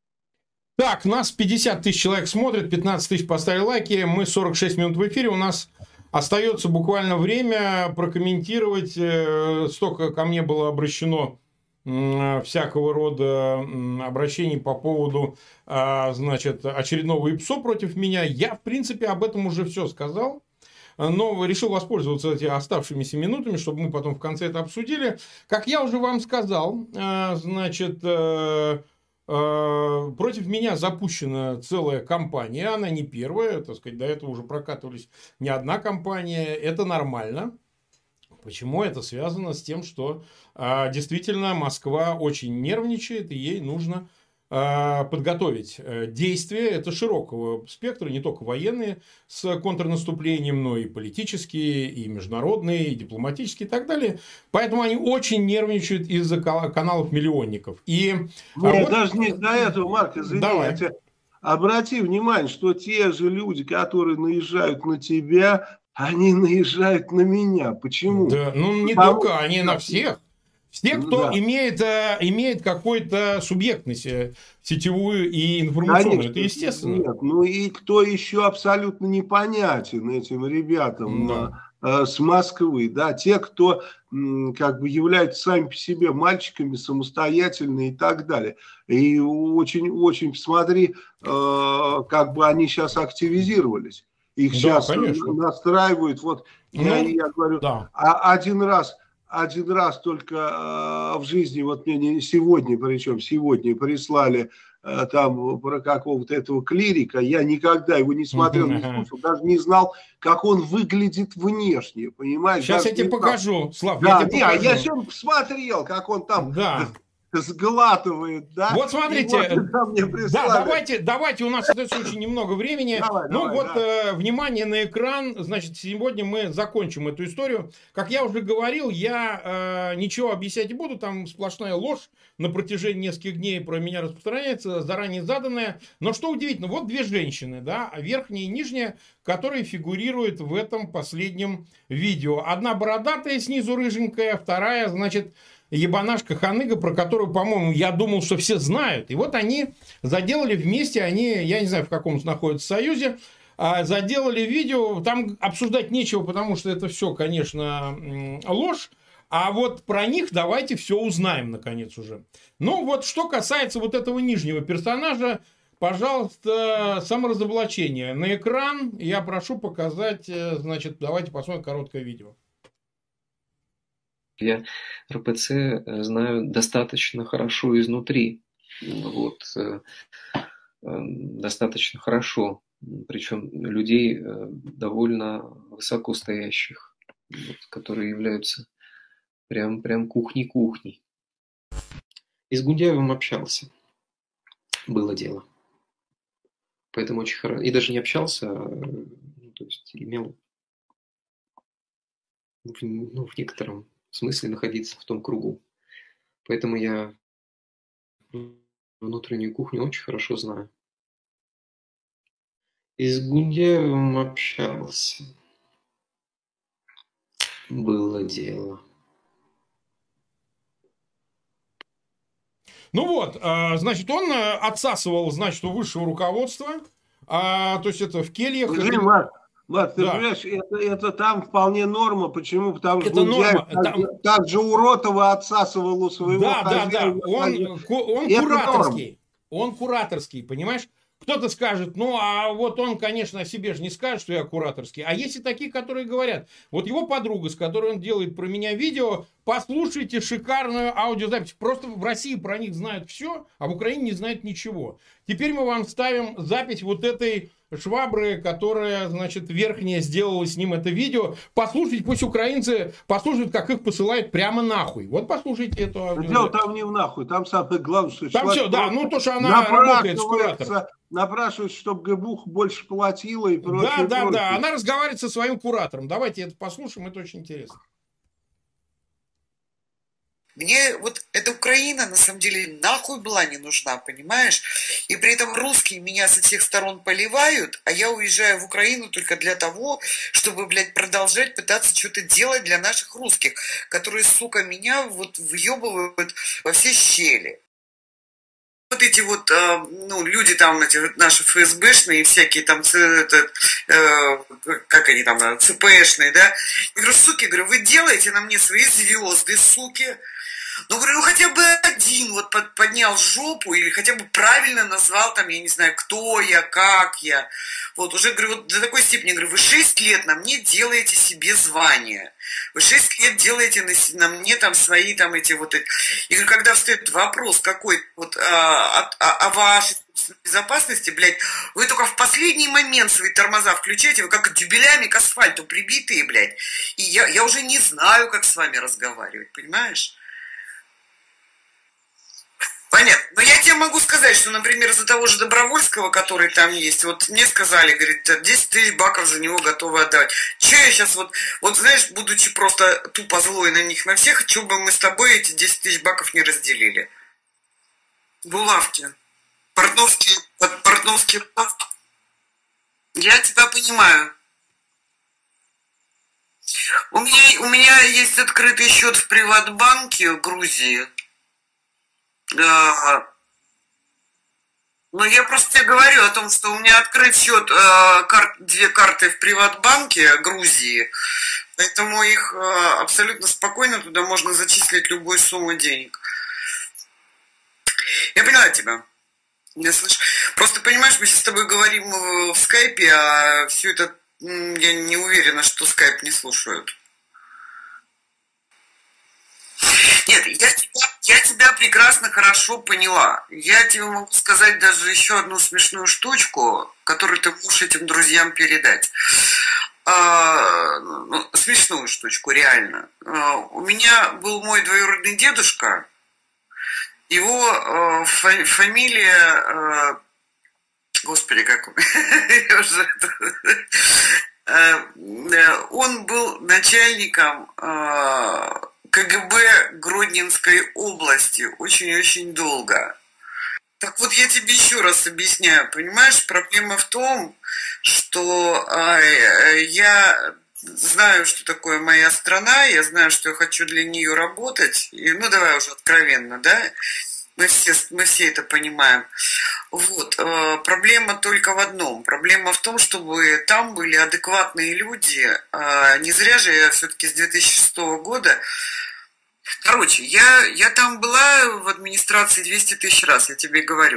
Так, нас 50 тысяч человек смотрят, 15 тысяч поставили лайки, мы 46 минут в эфире, у нас остается буквально время прокомментировать, столько ко мне было обращено всякого рода обращений по поводу, значит, очередного ИПСО против меня. Я, в принципе, об этом уже все сказал, но решил воспользоваться этими оставшимися минутами, чтобы мы потом в конце это обсудили. Как я уже вам сказал, значит, против меня запущена целая кампания, она не первая, так сказать, до этого уже прокатывались не одна кампания, это нормально. Почему? Это связано с тем, что действительно Москва очень нервничает, и ей нужно подготовить действия. Это широкого спектра, не только военные с контрнаступлением, но и политические, и международные, и дипломатические и так далее. Поэтому они очень нервничают из-за каналов миллионников. И вот... даже не до этого, Марк, извини, обрати внимание, что те же люди, которые наезжают на тебя, они наезжают на меня. Почему? Да, ну, не только, они на всех. Все, кто имеет какую-то субъектность сетевую и информационную, конечно, это естественно. Нет, ну и кто еще абсолютно непонятен этим ребятам с Москвы, да, те, кто как бы являются сами по себе мальчиками, самостоятельные и так далее. И очень посмотри, как бы они сейчас активизировались. Их сейчас настраивают. Вот я говорю, один раз только в жизни, вот мне сегодня прислали там про какого-то этого клирика, я никогда его не смотрел, не слушал, даже не знал, как он выглядит внешне, понимаешь? Сейчас даже я тебе покажу, Слав, я сегодня посмотрел, как он там... сглатывает, да? Вот смотрите, давайте, у нас остается очень немного времени. Внимание на экран, значит, сегодня мы закончим эту историю. Как я уже говорил, я ничего объяснять не буду, там сплошная ложь на протяжении нескольких дней про меня распространяется, заранее заданная. Но что удивительно, вот две женщины, да, верхняя и нижняя, которые фигурируют в этом последнем видео. Одна бородатая, снизу рыженькая, вторая, значит, ебанашка Ханыга, про которую, по-моему, я думал, что все знают. И вот они заделали вместе, я не знаю, в каком находятся союзе, заделали видео, там обсуждать нечего, потому что это все, конечно, ложь. А вот про них давайте все узнаем, наконец, уже. Ну, вот что касается вот этого нижнего персонажа, пожалуйста, саморазоблачение. На экран я прошу показать, значит, давайте посмотрим короткое видео. Я РПЦ знаю достаточно хорошо изнутри. Вот, достаточно хорошо. Причем людей довольно высокостоящих, вот, которые являются прям кухней-кухней. И с Гундяевым общался. Было дело. Поэтому очень хорошо. И даже не общался, то есть имел в некотором смысле находиться в том кругу. Поэтому я внутреннюю кухню очень хорошо знаю. И с Гундяевым общался. Было дело. Ну вот, значит, он отсасывал, значит, у высшего руководства, то есть это в кельях. Марк, ты понимаешь, это там вполне норма. Почему? Потому что Гундяев так же Уротова отсасывал у своего хозяина. Да. Он кураторский. Норма. Он кураторский, понимаешь? Кто-то скажет, ну, а вот он, конечно, о себе же не скажет, что я кураторский. А есть и такие, которые говорят. Вот его подруга, с которой он делает про меня видео, послушайте шикарную аудиозапись. Просто в России про них знают все, а в Украине не знают ничего. Теперь мы вам ставим запись вот этой швабры, которая, значит, верхняя сделала с ним это видео. Послушайте, пусть украинцы послушают, как их посылают прямо нахуй. Вот послушайте эту аудиозапись. Дело там не в нахуй, там самое главное, что... Там все, да, ну то, что она работает с куратором. Напрашивается, чтобы ГБУХ больше платила и прочее. Да, она разговаривает со своим куратором. Давайте это послушаем, это очень интересно. Мне вот эта Украина, на самом деле, нахуй была не нужна, понимаешь? И при этом русские меня со всех сторон поливают, а я уезжаю в Украину только для того, чтобы, блядь, продолжать пытаться что-то делать для наших русских, которые, сука, меня вот въебывают во все щели. Вот эти вот, люди там, эти наши ФСБшные, всякие там, как они там, ЦПшные, да? Я говорю, суки, говорю, вы делаете на мне свои звезды, суки. Ну, говорю, хотя бы один вот поднял жопу или хотя бы правильно назвал там, я не знаю, кто я, как я. Вот, уже, говорю, вот до такой степени, говорю, вы 6 лет на мне делаете себе звание. Вы 6 лет делаете на мне там свои там эти вот эти. И говорю, когда встает вопрос какой вот о вашей безопасности, блядь, вы только в последний момент свои тормоза включаете, вы как дюбелями к асфальту прибитые, блядь. И я уже не знаю, как с вами разговаривать, понимаешь? Понятно. Но я тебе могу сказать, что, например, из-за того же Добровольского, который там есть, вот мне сказали, говорит, 10 тысяч баков за него готовы отдавать. Че я сейчас вот знаешь, будучи просто тупо злой на них, на всех, что бы мы с тобой эти 10 тысяч баков не разделили? Булавки. Портновские. Я тебя понимаю. У меня есть открытый счет в Приватбанке Грузии. Но я просто тебе говорю о том, что у меня открыт счет, 2 карты в Приватбанке Грузии, поэтому их абсолютно спокойно туда можно зачислить любую сумму денег. Я поняла тебя. Я слышу. Просто понимаешь, мы сейчас с тобой говорим в скайпе, а все это я не уверена, что скайп не слушают. Нет, я тебя прекрасно, хорошо поняла. Я тебе могу сказать даже еще одну смешную штучку, которую ты можешь этим друзьям передать. Смешную штучку, реально. У меня был мой двоюродный дедушка. Его фамилия... Господи, как он... Он был начальником... КГБ Гродненской области очень-очень долго. Так вот, я тебе еще раз объясняю, понимаешь, проблема в том, что я знаю, что такое моя страна, я знаю, что я хочу для нее работать, и, ну, давай уже откровенно, да, мы все это понимаем. Вот, проблема только в одном. Проблема в том, чтобы там были адекватные люди. Не зря же я все-таки с 2006 года... Короче, я там была в администрации 200 тысяч раз, я тебе говорю.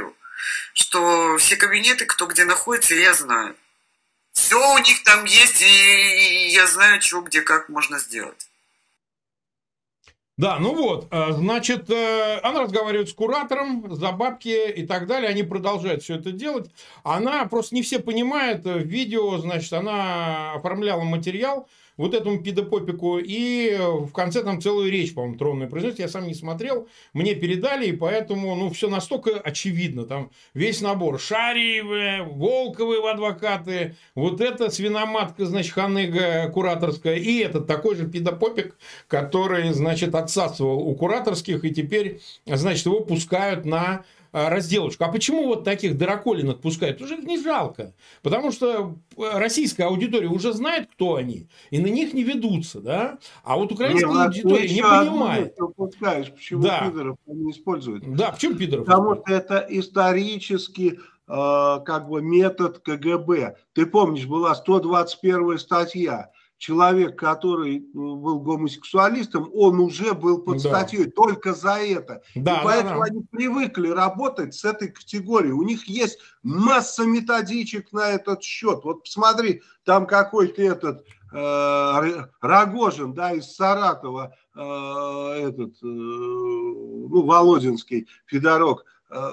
что все кабинеты, кто где находится, я знаю. Все у них там есть, и я знаю, что, где, как можно сделать. Да, ну вот, значит, она разговаривает с куратором за бабки и так далее, они продолжают все это делать. Она просто не все понимает, в видео, значит, она оформляла материал вот этому пидопопику, и в конце там целую речь, по-моему, тронную произносит, я сам не смотрел, мне передали, и поэтому, ну, все настолько очевидно, там весь набор, Шариевы, Волковы в адвокаты, вот эта свиноматка, значит, ханыга кураторская, и этот такой же пидопопик, который, значит, отсасывал у кураторских, и теперь, значит, его пускают на разделочку. А почему вот таких дыроколинок пускают? Уже их не жалко. Потому что российская аудитория уже знает, кто они, и на них не ведутся, да? А вот украинская аудитория не понимает. Ты упускаешь, почему пидоров не используют. Да, почему пидоров? Потому что это исторически как бы метод КГБ. Ты помнишь, была 121 статья. Человек, который был гомосексуалистом, он уже был под статьей только за это. Да, и поэтому они привыкли работать с этой категорией. У них есть масса методичек на этот счет. Вот посмотри, там какой-то этот Рогожин, да, из Саратова, Володинский Федорок,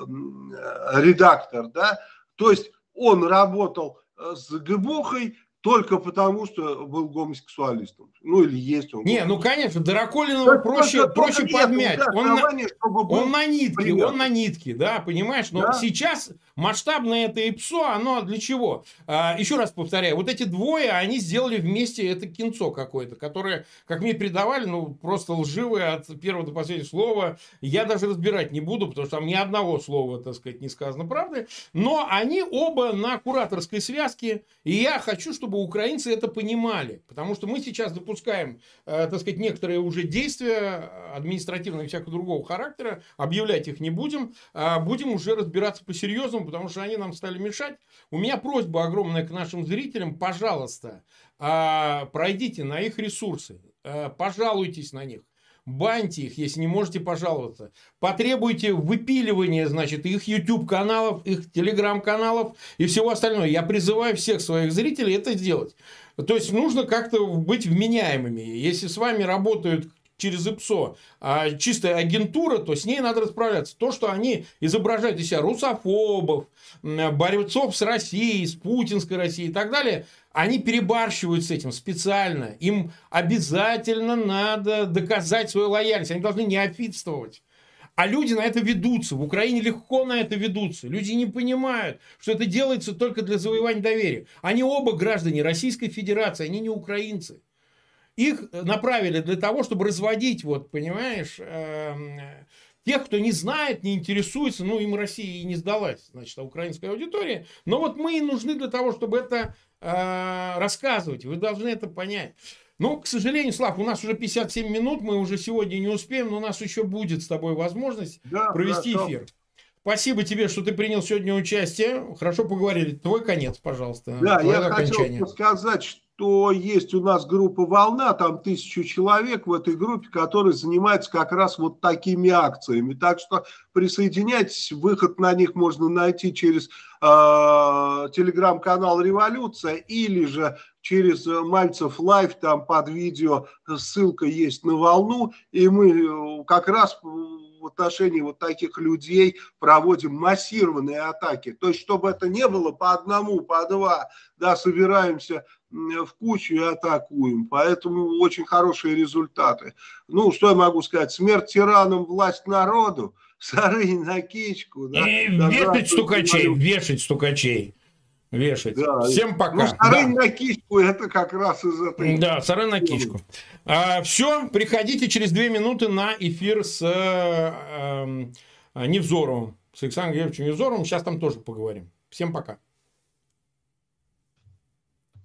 редактор, да. То есть он работал с ГБУХой только потому, что был гомосексуалистом. Ну, или есть он. Не, ну, конечно, Дыроколинова проще подмять. Он на нитке, да, понимаешь? Но сейчас масштабное это ИПСО, оно для чего? Еще раз повторяю, вот эти двое, они сделали вместе это кинцо какое-то, которое, как мне передавали, ну, просто лживое от первого до последнего слова. Я даже разбирать не буду, потому что там ни одного слова, так сказать, не сказано правды. Но они оба на кураторской связке, и я хочу, чтобы украинцы это понимали, потому что мы сейчас допускаем, так сказать, некоторые уже действия административного и всякого другого характера, объявлять их не будем, будем уже разбираться по-серьезному, потому что они нам стали мешать. У меня просьба огромная к нашим зрителям, пожалуйста, пройдите на их ресурсы, пожалуйтесь на них. Баньте их, если не можете пожаловаться. Потребуйте выпиливания, значит, их YouTube-каналов, их Telegram-каналов и всего остального. Я призываю всех своих зрителей это сделать. То есть, нужно как-то быть вменяемыми. Если с вами работают через ИПСО чистая агентура, то с ней надо расправляться. То, что они изображают из себя русофобов, борцов с Россией, с путинской Россией и так далее, они перебарщивают с этим специально. Им обязательно надо доказать свою лояльность. Они должны неофитствовать. А люди на это ведутся. В Украине легко на это ведутся. Люди не понимают, что это делается только для завоевания доверия. Они оба граждане Российской Федерации, они не украинцы. Их направили для того, чтобы разводить, вот, понимаешь, тех, кто не знает, не интересуется, ну, им Россия и не сдалась, значит, украинская аудитория. Но вот мы и нужны для того, чтобы это рассказывать. Вы должны это понять. Ну, к сожалению, Слав, у нас уже 57 минут, мы уже сегодня не успеем, но у нас еще будет с тобой возможность провести эфир. Спасибо тебе, что ты принял сегодня участие. Хорошо поговорили. Твой конец, пожалуйста. Да, я хотел сказать, что есть у нас группа «Волна», там 1000 человек в этой группе, которые занимаются как раз вот такими акциями. Так что присоединяйтесь, выход на них можно найти через телеграм-канал «Революция» или же через Мальцев Лайв, там под видео ссылка есть на «Волну», и мы как раз в отношении вот таких людей проводим массированные атаки. То есть, чтобы это не было по одному, по два, да, собираемся в кучу и атакуем. Поэтому очень хорошие результаты. Ну, что я могу сказать? Смерть тиранам, власть народу, Сарынь на кичку. Да, вешать стукачей, вешать стукачей. Вешать. Да. Всем пока. Ну, Сарынь на кичку, это как раз из этой... Да, Сарынь на кичку. Все, приходите через 2 минуты на эфир с Невзоровым, с Александром Георгиевичем Невзоровым. Сейчас там тоже поговорим. Всем пока.